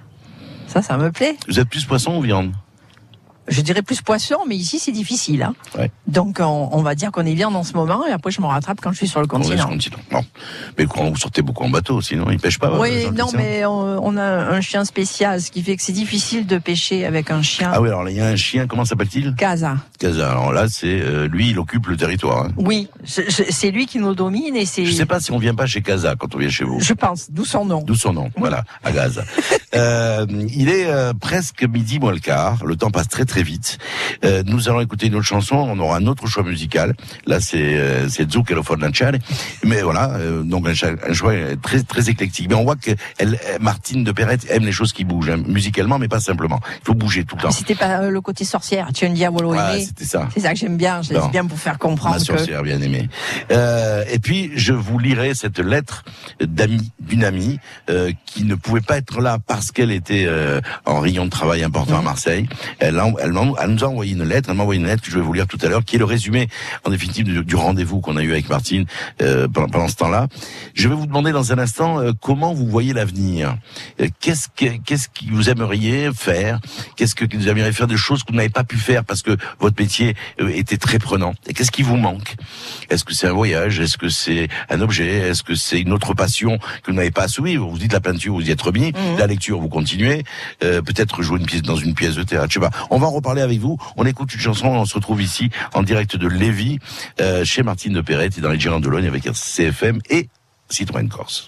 Ça, ça me plaît. Vous êtes plus poisson ou viande? Je dirais plus poisson, mais ici c'est difficile. Hein. Ouais. Donc on, on va dire qu'on est viande en ce moment, et après je me rattrape quand je suis sur le continent. On est sur le continent. Non. Mais quand vous sortez beaucoup en bateau, sinon ils pêchent pas. Oui, non, mais on, on a un chien spécial, ce qui fait que c'est difficile de pêcher avec un chien. Ah oui, alors il y a un chien, comment s'appelle-t-il? Casa. Casa. Alors là, c'est euh, lui, il occupe le territoire. Hein. Oui, je, je, c'est lui qui nous domine et c'est. Je sais pas si on vient pas chez Casa quand on vient chez vous. Je pense, d'où son nom. D'où son nom. Oui. Voilà, à Gaza. euh, il est euh, presque midi moins le quart. Le temps passe très très vite. Euh, nous allons écouter une autre chanson, on aura un autre choix musical. Là, c'est euh, c'est Zucchero Fornaciari. Mais voilà, euh, donc un, un choix très très éclectique. Mais on voit que elle, Martine de Perrette aime les choses qui bougent, hein, musicalement, mais pas simplement. Il faut bouger tout le temps. C'était pas euh, le côté sorcière. Tu as une diavolo ah, aimé. C'était ça. C'est ça que j'aime bien. Je laisse bien pour faire comprendre. Ma sorcière que... bien aimée. Euh, et puis je vous lirai cette lettre d'amie d'une amie euh, qui ne pouvait pas être là parce qu'elle était euh, en rayon de travail important mmh. à Marseille. Elle, a, elle, elle nous a envoyé une lettre, elle m'a envoyé une lettre que je vais vous lire tout à l'heure, qui est le résumé, en définitive, du, du rendez-vous qu'on a eu avec Martine euh, pendant, pendant ce temps-là. Je vais vous demander dans un instant euh, comment vous voyez l'avenir. Euh, qu'est-ce que qu'est-ce que vous aimeriez faire? Qu'est-ce que vous aimeriez faire de choses que vous n'avez pas pu faire parce que votre métier euh, était très prenant? Et qu'est-ce qui vous manque? Est-ce que c'est un voyage? Est-ce que c'est un objet? Est-ce que c'est une autre passion que vous n'avez pas assouvie? Vous vous dites la peinture, vous y êtes remis. Mmh. La lecture voiture, vous continuez. Euh, peut-être jouer une pièce dans une pièce de théâtre. Je sais pas. On va en reparler avec vous. On écoute une chanson. On se retrouve ici en direct de Lévis, euh, chez Martine de Perrette et dans les Girons de Logne avec C F M et Citroën Corse.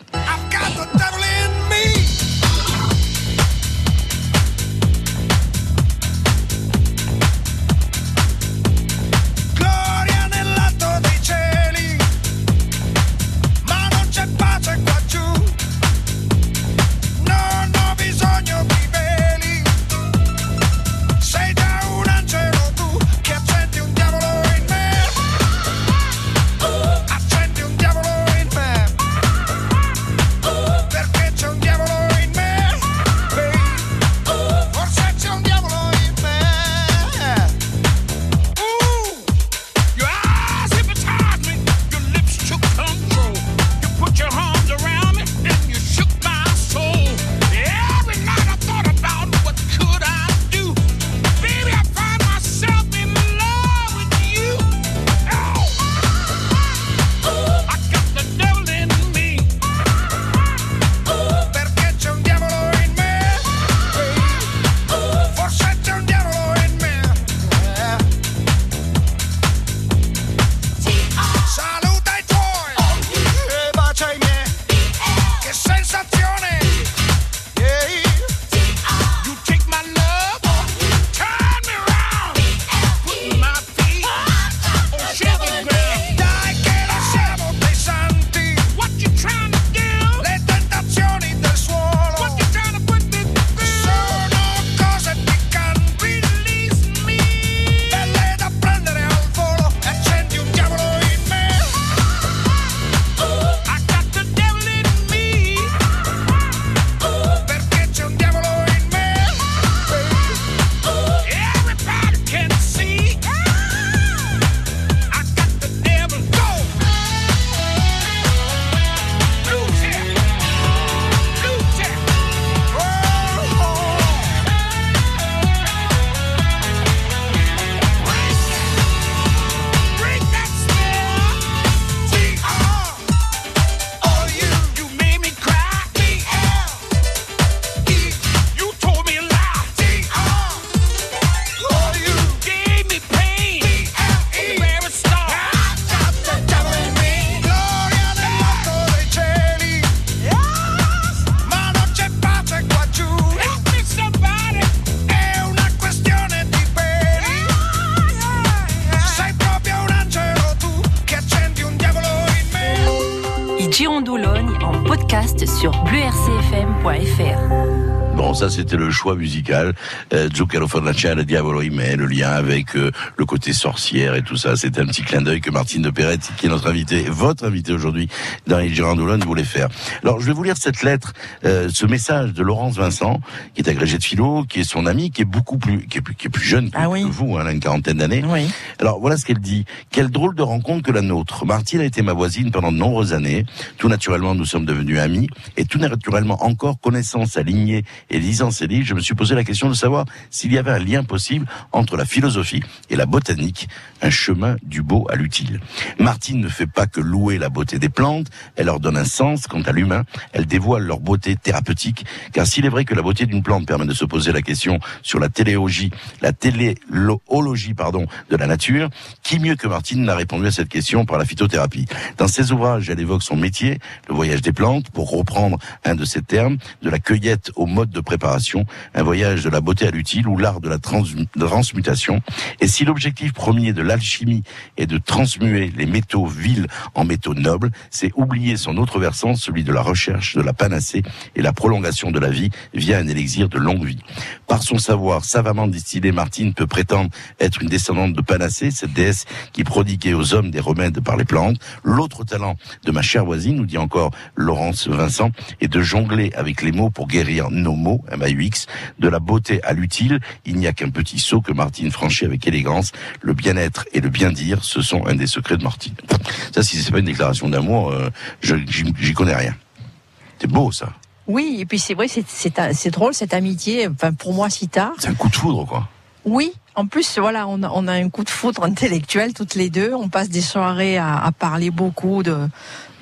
Sur bleu r c f m point f r. Bon, ça c'était le choix musical. Euh, Zucchero Fornaciare, Diavolo in me, le lien avec euh, le côté sorcière et tout ça. C'était un petit clin d'œil que Martine de Perrette, qui est notre invitée, votre invitée aujourd'hui dans les Girons de Logne, voulait faire. Alors, je vais vous lire cette lettre, euh, ce message de Laurence Vincent, qui est agrégée de philo, qui est son amie, qui est beaucoup plus, qui est plus, qui est plus jeune que, ah oui. que vous, hein, elle a une quarantaine d'années. Oui. Alors, voilà ce qu'elle dit. Quelle drôle de rencontre que la nôtre. Martine a été ma voisine pendant de nombreuses années. Tout naturellement, nous sommes devenus amis. Et tout naturellement, encore connaissant sa lignée et lisant ses livres, je me suis posé la question de savoir s'il y avait un lien possible entre la philosophie et la botanique, un chemin du beau à l'utile. Martine ne fait pas que louer la beauté des plantes, elle leur donne un sens. Quant à l'humain, elle dévoile leur beauté thérapeutique, car s'il est vrai que la beauté d'une plante permet de se poser la question sur la téléologie, la téléologie, pardon, de la nature, qui mieux que Martine n'a répondu à cette question par la phytothérapie. Dans ses ouvrages, elle évoque son métier, le voyage des plantes, pour reprendre un de ses termes, de la cueillette au mode de préparation, un voyage de la beauté à l'utile ou l'art de la trans- de transmutation. Et si l'objectif premier de l'alchimie est de transmuer les métaux vils en métaux nobles, c'est oublier son autre versant, celui de la recherche de la panacée et la prolongation de la vie via un élixir de longue vie. Par son savoir savamment distillé, Martine peut prétendre être une descendante de Panacée, cette déesse qui prodiguait aux hommes des remèdes par les plantes. L'autre talent de ma chère voisine, nous dit encore Laurence Vincent, est de jongler avec les mots pour guérir nos mots, M A U X, de la beauté à l'utile. Il n'y a qu'un petit saut que Martine franchit avec élégance. Le bien-être et le bien-dire, ce sont un des secrets de Martine. Ça, si c'est pas une déclaration d'amour, euh, je, j'y, j'y connais rien. C'est beau, ça. Oui, et puis c'est vrai, c'est, c'est, c'est drôle cette amitié, enfin pour moi si tard. C'est un coup de foudre, quoi. Oui, en plus, voilà, on a, on a un coup de foudre intellectuel toutes les deux. On passe des soirées à, à parler beaucoup de,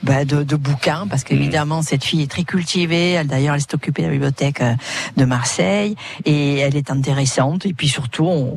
bah, de, de bouquins, parce qu'évidemment, mmh. cette fille est très cultivée. Elle, d'ailleurs, elle s'est occupée de la bibliothèque de Marseille, et elle est intéressante. Et puis surtout, on,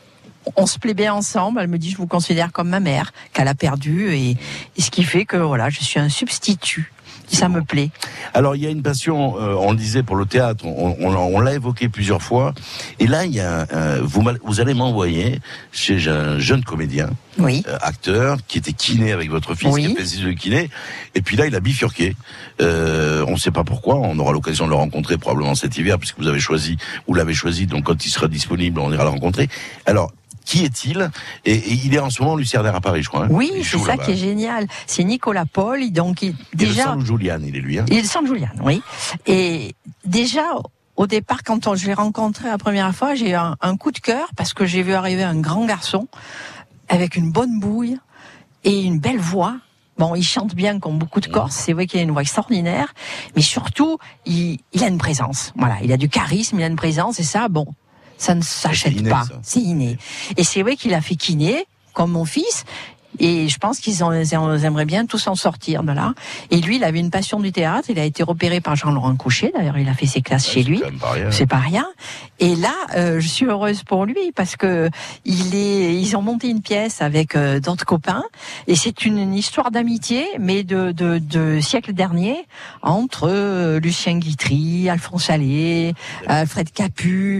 on se plaît bien ensemble. Elle me dit, je vous considère comme ma mère, qu'elle a perdu, et, et ce qui fait que voilà, je suis un substitut. Ça me plaît. Alors il y a une passion, euh, on le disait pour le théâtre, on, on, on l'a évoqué plusieurs fois, et là il y a, euh, vous, vous allez m'envoyer chez un jeune comédien, oui. euh, acteur, qui était kiné avec votre fils, oui. qui a fait ses études de kiné, et puis là il a bifurqué. Euh, on ne sait pas pourquoi, on aura l'occasion de le rencontrer probablement cet hiver, puisque vous avez choisi, vous l'avez choisi, donc quand il sera disponible, on ira le rencontrer. Alors, qui est-il ? et, et il est en ce moment lucernaire à Paris, je crois. Hein, oui, c'est ça là-bas. Qui est génial. C'est Nicolas Paul. Donc, il, déjà. Il est le San Julian, il est lui. Hein. Il est le San Julian, oui. Et déjà, au départ, quand on, je l'ai rencontré la première fois, j'ai eu un, un coup de cœur parce que j'ai vu arriver un grand garçon avec une bonne bouille et une belle voix. Bon, il chante bien comme beaucoup de Corses, c'est vrai qu'il a une voix extraordinaire, mais surtout, il, il a une présence. Voilà, il a du charisme, il a une présence, et ça, bon. Ça ne s'achète c'est inné, pas, ça. C'est inné. Et c'est vrai qu'il a fait kiné, comme mon fils, et je pense qu'ils en, ils aimeraient bien tous en sortir de là. Et lui, il avait une passion du théâtre, il a été repéré par Jean-Laurent Couchet, d'ailleurs il a fait ses classes ouais, chez lui, pas c'est pas rien. Et là, euh, je suis heureuse pour lui, parce que il est, ils ont monté une pièce avec euh, d'autres copains, et c'est une, une histoire d'amitié, mais de, de, de siècle dernier, entre euh, Lucien Guitry, Alphonse Allais, Alfred Capu,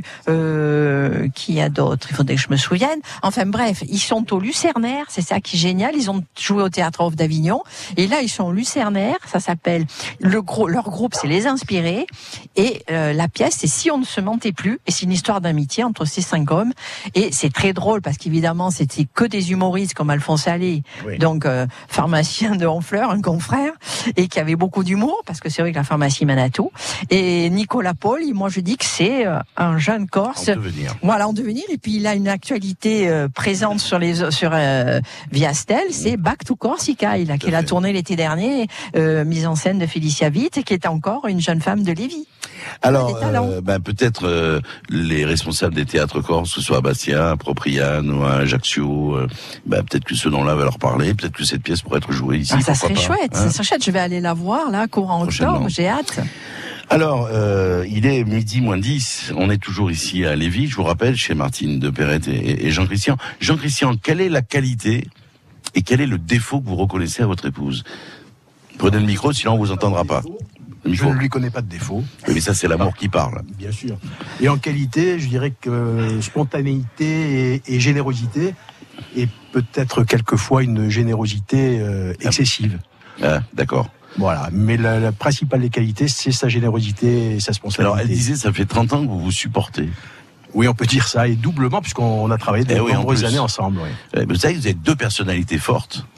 euh, qui y a d'autres, il faudrait que je me souvienne. Enfin bref, ils sont au Lucernaire, c'est ça qui est génial, ils ont joué au Théâtre Off d'Avignon, et là ils sont au Lucernaire, ça s'appelle, le gros, leur groupe c'est Les Inspirés, et euh, la pièce c'est Si on ne se mentait plus, et c'est une histoire d'amitié entre ces cinq hommes, et c'est très drôle, parce qu'évidemment c'était que des humoristes comme Alphonse Allais, oui. donc euh, pharmacien de Honfleur, un confrère, et qui avait beaucoup d'humour, parce que c'est vrai que la pharmacie mène à tout, et Nicolas Paul, moi je dis que c'est euh, un jeune Corse, en devenir. Voilà, en devenir, et puis il a une actualité euh, présente sur les sur euh, via Stell, c'est Back to Corsica, il a, qu'il a tourné l'été dernier, euh, mise en scène de Félicia Witt, et qui est encore une jeune femme de Lévis. Alors, euh, ben, peut-être euh, les responsables des théâtres corses, que ce soit à Bastia, à Propriane ou à Ajaccio, euh, ben, peut-être que ce nom-là va leur parler, peut-être que cette pièce pourrait être jouée ici. Ah, ça serait pas, chouette, hein, ça serait chouette, je vais aller la voir là, courant octobre, j'ai hâte. Alors, euh, il est midi moins dix, on est toujours ici à Lévis, je vous rappelle, chez Martine de Perrette et, et Jean-Christian. Jean-Christian, quelle est la qualité et quel est le défaut que vous reconnaissez à votre épouse ? Prenez le micro, sinon on vous entendra pas. Je ne lui connais pas de défaut. Oui, mais ça, c'est l'amour qui parle. Bien sûr. Et en qualité, je dirais que spontanéité et, et générosité, et peut-être quelquefois une générosité euh, excessive. Ah, d'accord. Voilà, mais la, la principale des qualités, c'est sa générosité et sa spontanéité. Alors, elle disait, ça fait trente ans que vous vous supportez. Oui, on peut dire ça, et doublement, puisqu'on a travaillé de eh oui, nombreuses années ensemble. Oui. Vous savez, vous avez deux personnalités fortes.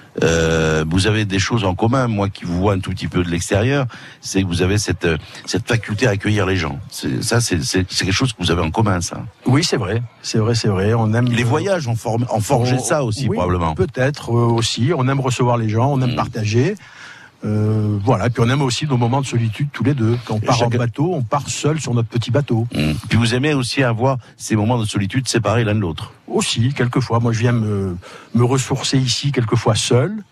Euh, vous avez des choses en commun. Moi, qui vous vois un tout petit peu de l'extérieur, c'est que vous avez cette cette faculté à accueillir les gens. C'est, ça, c'est, c'est c'est quelque chose que vous avez en commun, ça. Oui, c'est vrai, c'est vrai, c'est vrai. On aime les voyages, ont formé, ont forgé on, ça aussi, oui, probablement. Peut-être euh, aussi. On aime recevoir les gens, on aime mmh. partager. Euh, voilà, et puis on aime aussi nos moments de solitude tous les deux. Quand on part chaque... en bateau, on part seul sur notre petit bateau. Mmh. Puis vous aimez aussi avoir ces moments de solitude séparés l'un de l'autre. Aussi, quelquefois. Moi, je viens me, me ressourcer ici, quelquefois seul.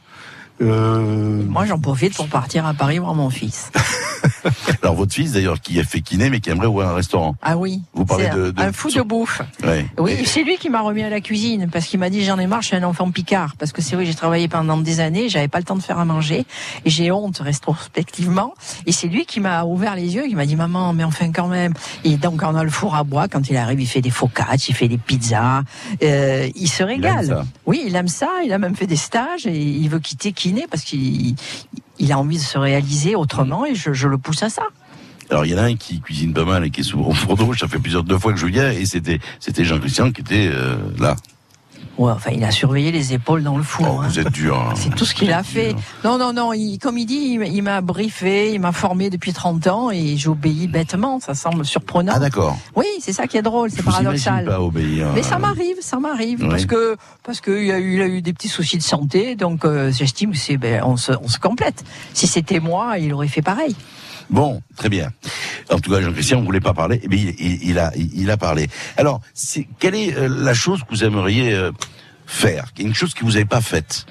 Euh... Moi, j'en profite pour partir à Paris voir mon fils. Alors, votre fils, d'ailleurs, qui a fait kiné, mais qui aimerait ouvrir un restaurant. Ah oui. Vous parlez c'est de, de... un fou de bouffe. Ouais. Oui, et... c'est lui qui m'a remis à la cuisine, parce qu'il m'a dit, j'en ai marre, je suis un enfant picard. Parce que c'est vrai, j'ai travaillé pendant des années, j'avais pas le temps de faire à manger. Et j'ai honte, rétrospectivement. Et c'est lui qui m'a ouvert les yeux, qui m'a dit, maman, mais enfin, quand même. Et donc, on a le four à bois. Quand il arrive, il fait des focaccias, il fait des pizzas. Euh, il se régale. Il aime ça. Oui, il aime ça. Il a même fait des stages et il veut quitter kiné parce qu'il il a envie de se réaliser autrement, et je, je le pousse à ça. Alors, il y en a un qui cuisine pas mal et qui est souvent au four rouge. Ça fait plusieurs deux fois que je viens, et c'était, c'était Jean-Christian qui était euh, là. Ouais, enfin, il a surveillé les épaules dans le four. Oh, hein. Vous êtes dur. Hein. C'est tout ce qu'il a fait. Non, non, non. Il, comme il dit, il, il m'a briefé, il m'a formé depuis trente ans, et j'obéis bêtement. Ça semble surprenant. Ah, d'accord. Oui, c'est ça qui est drôle. C'est je paradoxal. Pas obéir. Mais ça m'arrive, ça m'arrive, oui. parce que parce que il a eu, il a eu des petits soucis de santé, donc euh, j'estime que c'est, ben, on se, on se complète. Si c'était moi, il aurait fait pareil. Bon, très bien. En tout cas, Jean-Christian, on voulait pas parler. Eh bien, il, il, il a, il, il a parlé. Alors, c'est, quelle est euh, la chose que vous aimeriez euh, faire, une chose que vous n'avez pas faite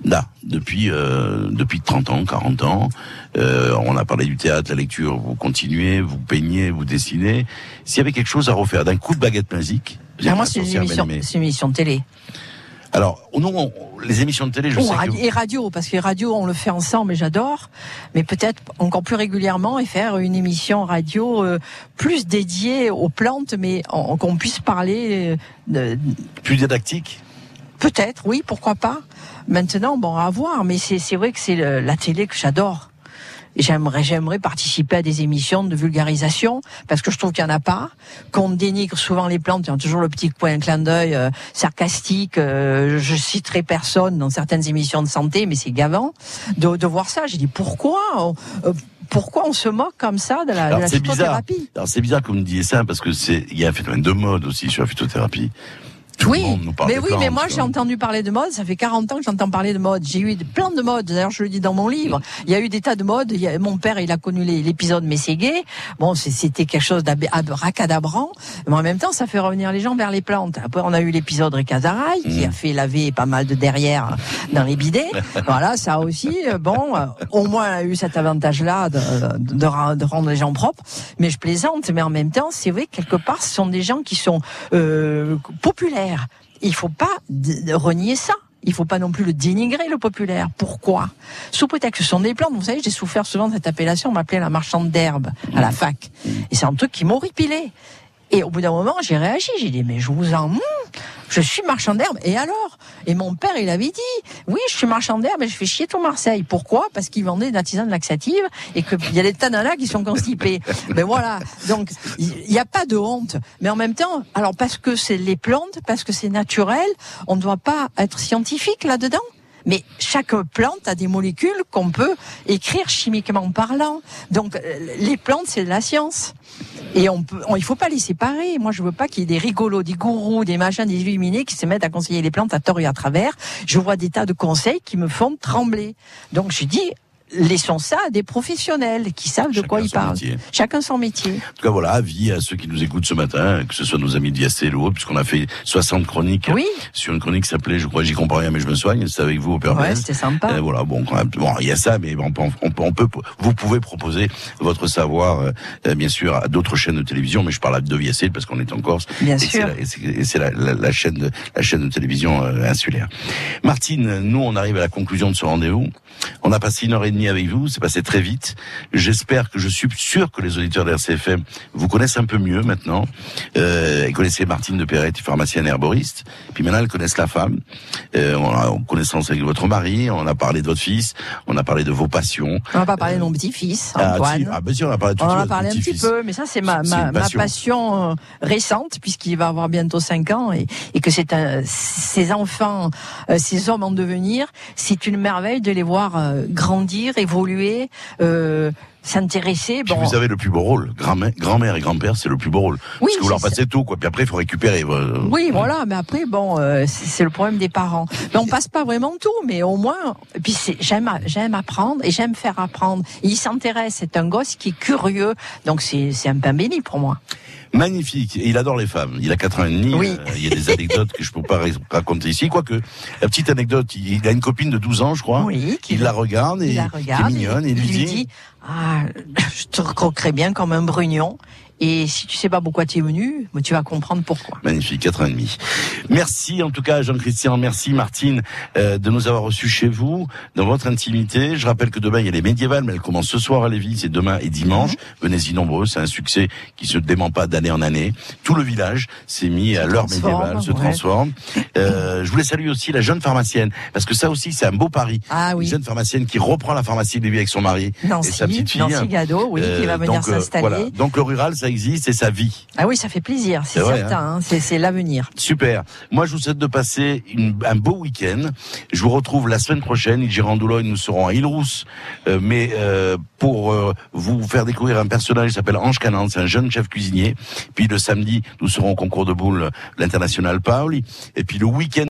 Là, depuis euh, depuis trente ans, quarante ans, euh, on a parlé du théâtre, la lecture, vous continuez, vous peignez, vous dessinez. S'il y avait quelque chose à refaire d'un coup de baguette magique, ah, moi c'est une émission, c'est une émission de télé. Alors, non, on, les émissions de télé, je oh, sais radio, que... Et radio, parce que radio, on le fait ensemble, et j'adore, mais peut-être encore plus régulièrement, et faire une émission radio euh, plus dédiée aux plantes, mais en, qu'on puisse parler... De... Plus didactique ? Peut-être, oui, pourquoi pas. Maintenant, bon, à voir, mais c'est, c'est vrai que c'est le, la télé que j'adore. Et j'aimerais, j'aimerais participer à des émissions de vulgarisation, parce que je trouve qu'il n'y en a pas, qu'on dénigre souvent les plantes, il y a toujours le petit point clin d'œil euh, sarcastique, euh, je citerai personne dans certaines émissions de santé, mais c'est gavant de, de voir ça. J'ai dit, pourquoi on, euh, pourquoi on se moque comme ça de la, Alors, de la c'est phytothérapie bizarre. Alors c'est bizarre que vous me disiez ça, parce que c'est, il y a un phénomène de mode aussi sur la phytothérapie. Tout oui, le monde nous parle mais des oui, plantes, mais moi quoi. j'ai entendu parler de mode. Ça fait quarante ans que j'entends parler de mode. J'ai eu plein de modes. D'ailleurs, je le dis dans mon livre. Il y a eu des tas de modes. Il y a, mon père, il a connu les, l'épisode Mességuet. Bon, c'était quelque chose d'abracadabrant, mais en même temps, ça fait revenir les gens vers les plantes. Après, on a eu l'épisode Ricazaraï qui a fait laver pas mal de derrière dans les bidets. Voilà, ça aussi. Bon, au moins, on a eu cet avantage-là de, de, de rendre les gens propres. Mais je plaisante. Mais en même temps, c'est vrai que quelque part, ce sont des gens qui sont euh, populaires. Il faut pas d- renier ça. Il faut pas non plus le dénigrer, le populaire. Pourquoi ? Sous prétexte que ce sont des plantes. Vous savez, j'ai souffert souvent de cette appellation. On m'appelait la marchande d'herbe à la fac. Et c'est un truc qui m'horripilait. Et au bout d'un moment, j'ai réagi. J'ai dit, mais je vous en... Je suis marchand d'herbe. Et alors ? Et mon père, il avait dit, oui, je suis marchand d'herbe et je fais chier tout Marseille. Pourquoi ? Parce qu'il vendait de la tisane laxative et qu'il y a des tas d'ananas qui sont constipés. Mais voilà. Donc, il n'y a pas de honte. Mais en même temps, alors parce que c'est les plantes, parce que c'est naturel, on ne doit pas être scientifique là-dedans. Mais chaque plante a des molécules qu'on peut écrire chimiquement parlant. Donc, les plantes, c'est de la science. Et on peut, on, il faut pas les séparer. Moi, je veux pas qu'il y ait des rigolos, des gourous, des machins, des illuminés qui se mettent à conseiller les plantes à tort et à travers. Je vois des tas de conseils qui me font trembler. Donc, je dis, laissons ça à des professionnels qui savent de Chacun quoi ils son parlent. métier. Chacun son métier. En tout cas, voilà, avis à ceux qui nous écoutent ce matin, que ce soit nos amis de Viasté ou autres, puisqu'on a fait soixante chroniques oui. sur une chronique qui s'appelait, je crois, J'y comprends rien, mais je me soigne. C'était avec vous au Père Ouais, Blaise. c'était sympa. Euh, voilà, bon, quand même, bon, il y a ça, mais on peut, on peut, on peut, vous pouvez proposer votre savoir, euh, bien sûr, à d'autres chaînes de télévision, mais je parle de Viasté parce qu'on est en Corse. Bien et sûr. C'est la, et c'est, et c'est la, la, la chaîne de, la chaîne de télévision euh, insulaire. Martine, nous, on arrive à la conclusion de ce rendez-vous. On a passé une heure et demie avec vous, c'est passé très vite. J'espère que je suis sûr que les auditeurs de R C F M vous connaissent un peu mieux maintenant. Euh, ils connaissaient Martine de Perret, pharmacienne herboriste. Puis maintenant, elles connaissent la femme. Euh, on a une connaissance avec votre mari, on a parlé de votre fils, on a parlé de vos passions. On n'a pas parlé euh, de mon petit-fils, ah, Antoine. Si, ah, bien sûr, on a parlé tout On de en suite a parlé un petit peu, mais ça, c'est ma, ma, ma passion, passion euh, récente, puisqu'il va avoir bientôt cinq ans, et, et que c'est un, ces enfants, euh, ces hommes en devenir, c'est une merveille de les voir euh, grandir, évoluer, euh, s'intéresser. Puis bon. vous avez le plus beau rôle. Grand-mère, grand-mère et grand-père, c'est le plus beau rôle. Oui, parce que vous leur c'est passez tout, quoi. Puis après, il faut récupérer. Euh... Oui, voilà. Mais après, bon, euh, c'est, c'est le problème des parents. Mais on passe pas vraiment tout, mais au moins. Et puis c'est, j'aime, j'aime apprendre et j'aime faire apprendre. Et il s'intéresse. C'est un gosse qui est curieux. Donc c'est, c'est un pain béni pour moi. Magnifique. Et il adore les femmes. Il a quatre ans et demi. Oui. Euh, il y a des anecdotes que je peux pas raconter ici. Quoique, la petite anecdote, il a une copine de douze ans, je crois. Oui. Qui la regarde et il la regarde, qui est mignonne. Et, et il lui dit, dit, ah, je te croquerais bien comme un brugnon. Et si tu sais pas pourquoi tu es venu, tu vas comprendre pourquoi. Magnifique, quatre ans et demi. Merci en tout cas Jean-Christian, merci Martine euh, de nous avoir reçus chez vous, dans votre intimité. Je rappelle que demain il y a les médiévales, mais elles commencent ce soir à Lévis, c'est demain et dimanche. Mmh. Venez-y nombreux, c'est un succès qui se dément pas d'année en année. Tout le village s'est mis à l'heure médiévale, se ouais. transforme. Euh, je voulais saluer aussi la jeune pharmacienne, parce que ça aussi c'est un beau pari. Ah oui. Une jeune pharmacienne qui reprend la pharmacie de Lévis avec son mari Nancy, et sa petite fille. Nancy Gado, oui, euh, qui va venir donc, s'installer. Euh, voilà. Donc le rural, ça existe, c'est sa vie. Ah oui, ça fait plaisir, c'est, c'est vrai, certain, hein. Hein, c'est, c'est l'avenir. Super. Moi, je vous souhaite de passer une, un beau week-end. Je vous retrouve la semaine prochaine. Yves Girandoulogne, nous serons à Île-Rousse, euh, mais euh, pour euh, vous faire découvrir un personnage qui s'appelle Ange Canante, c'est un jeune chef cuisinier. Puis le samedi, nous serons au concours de boules, l'international Paoli. Et puis le week-end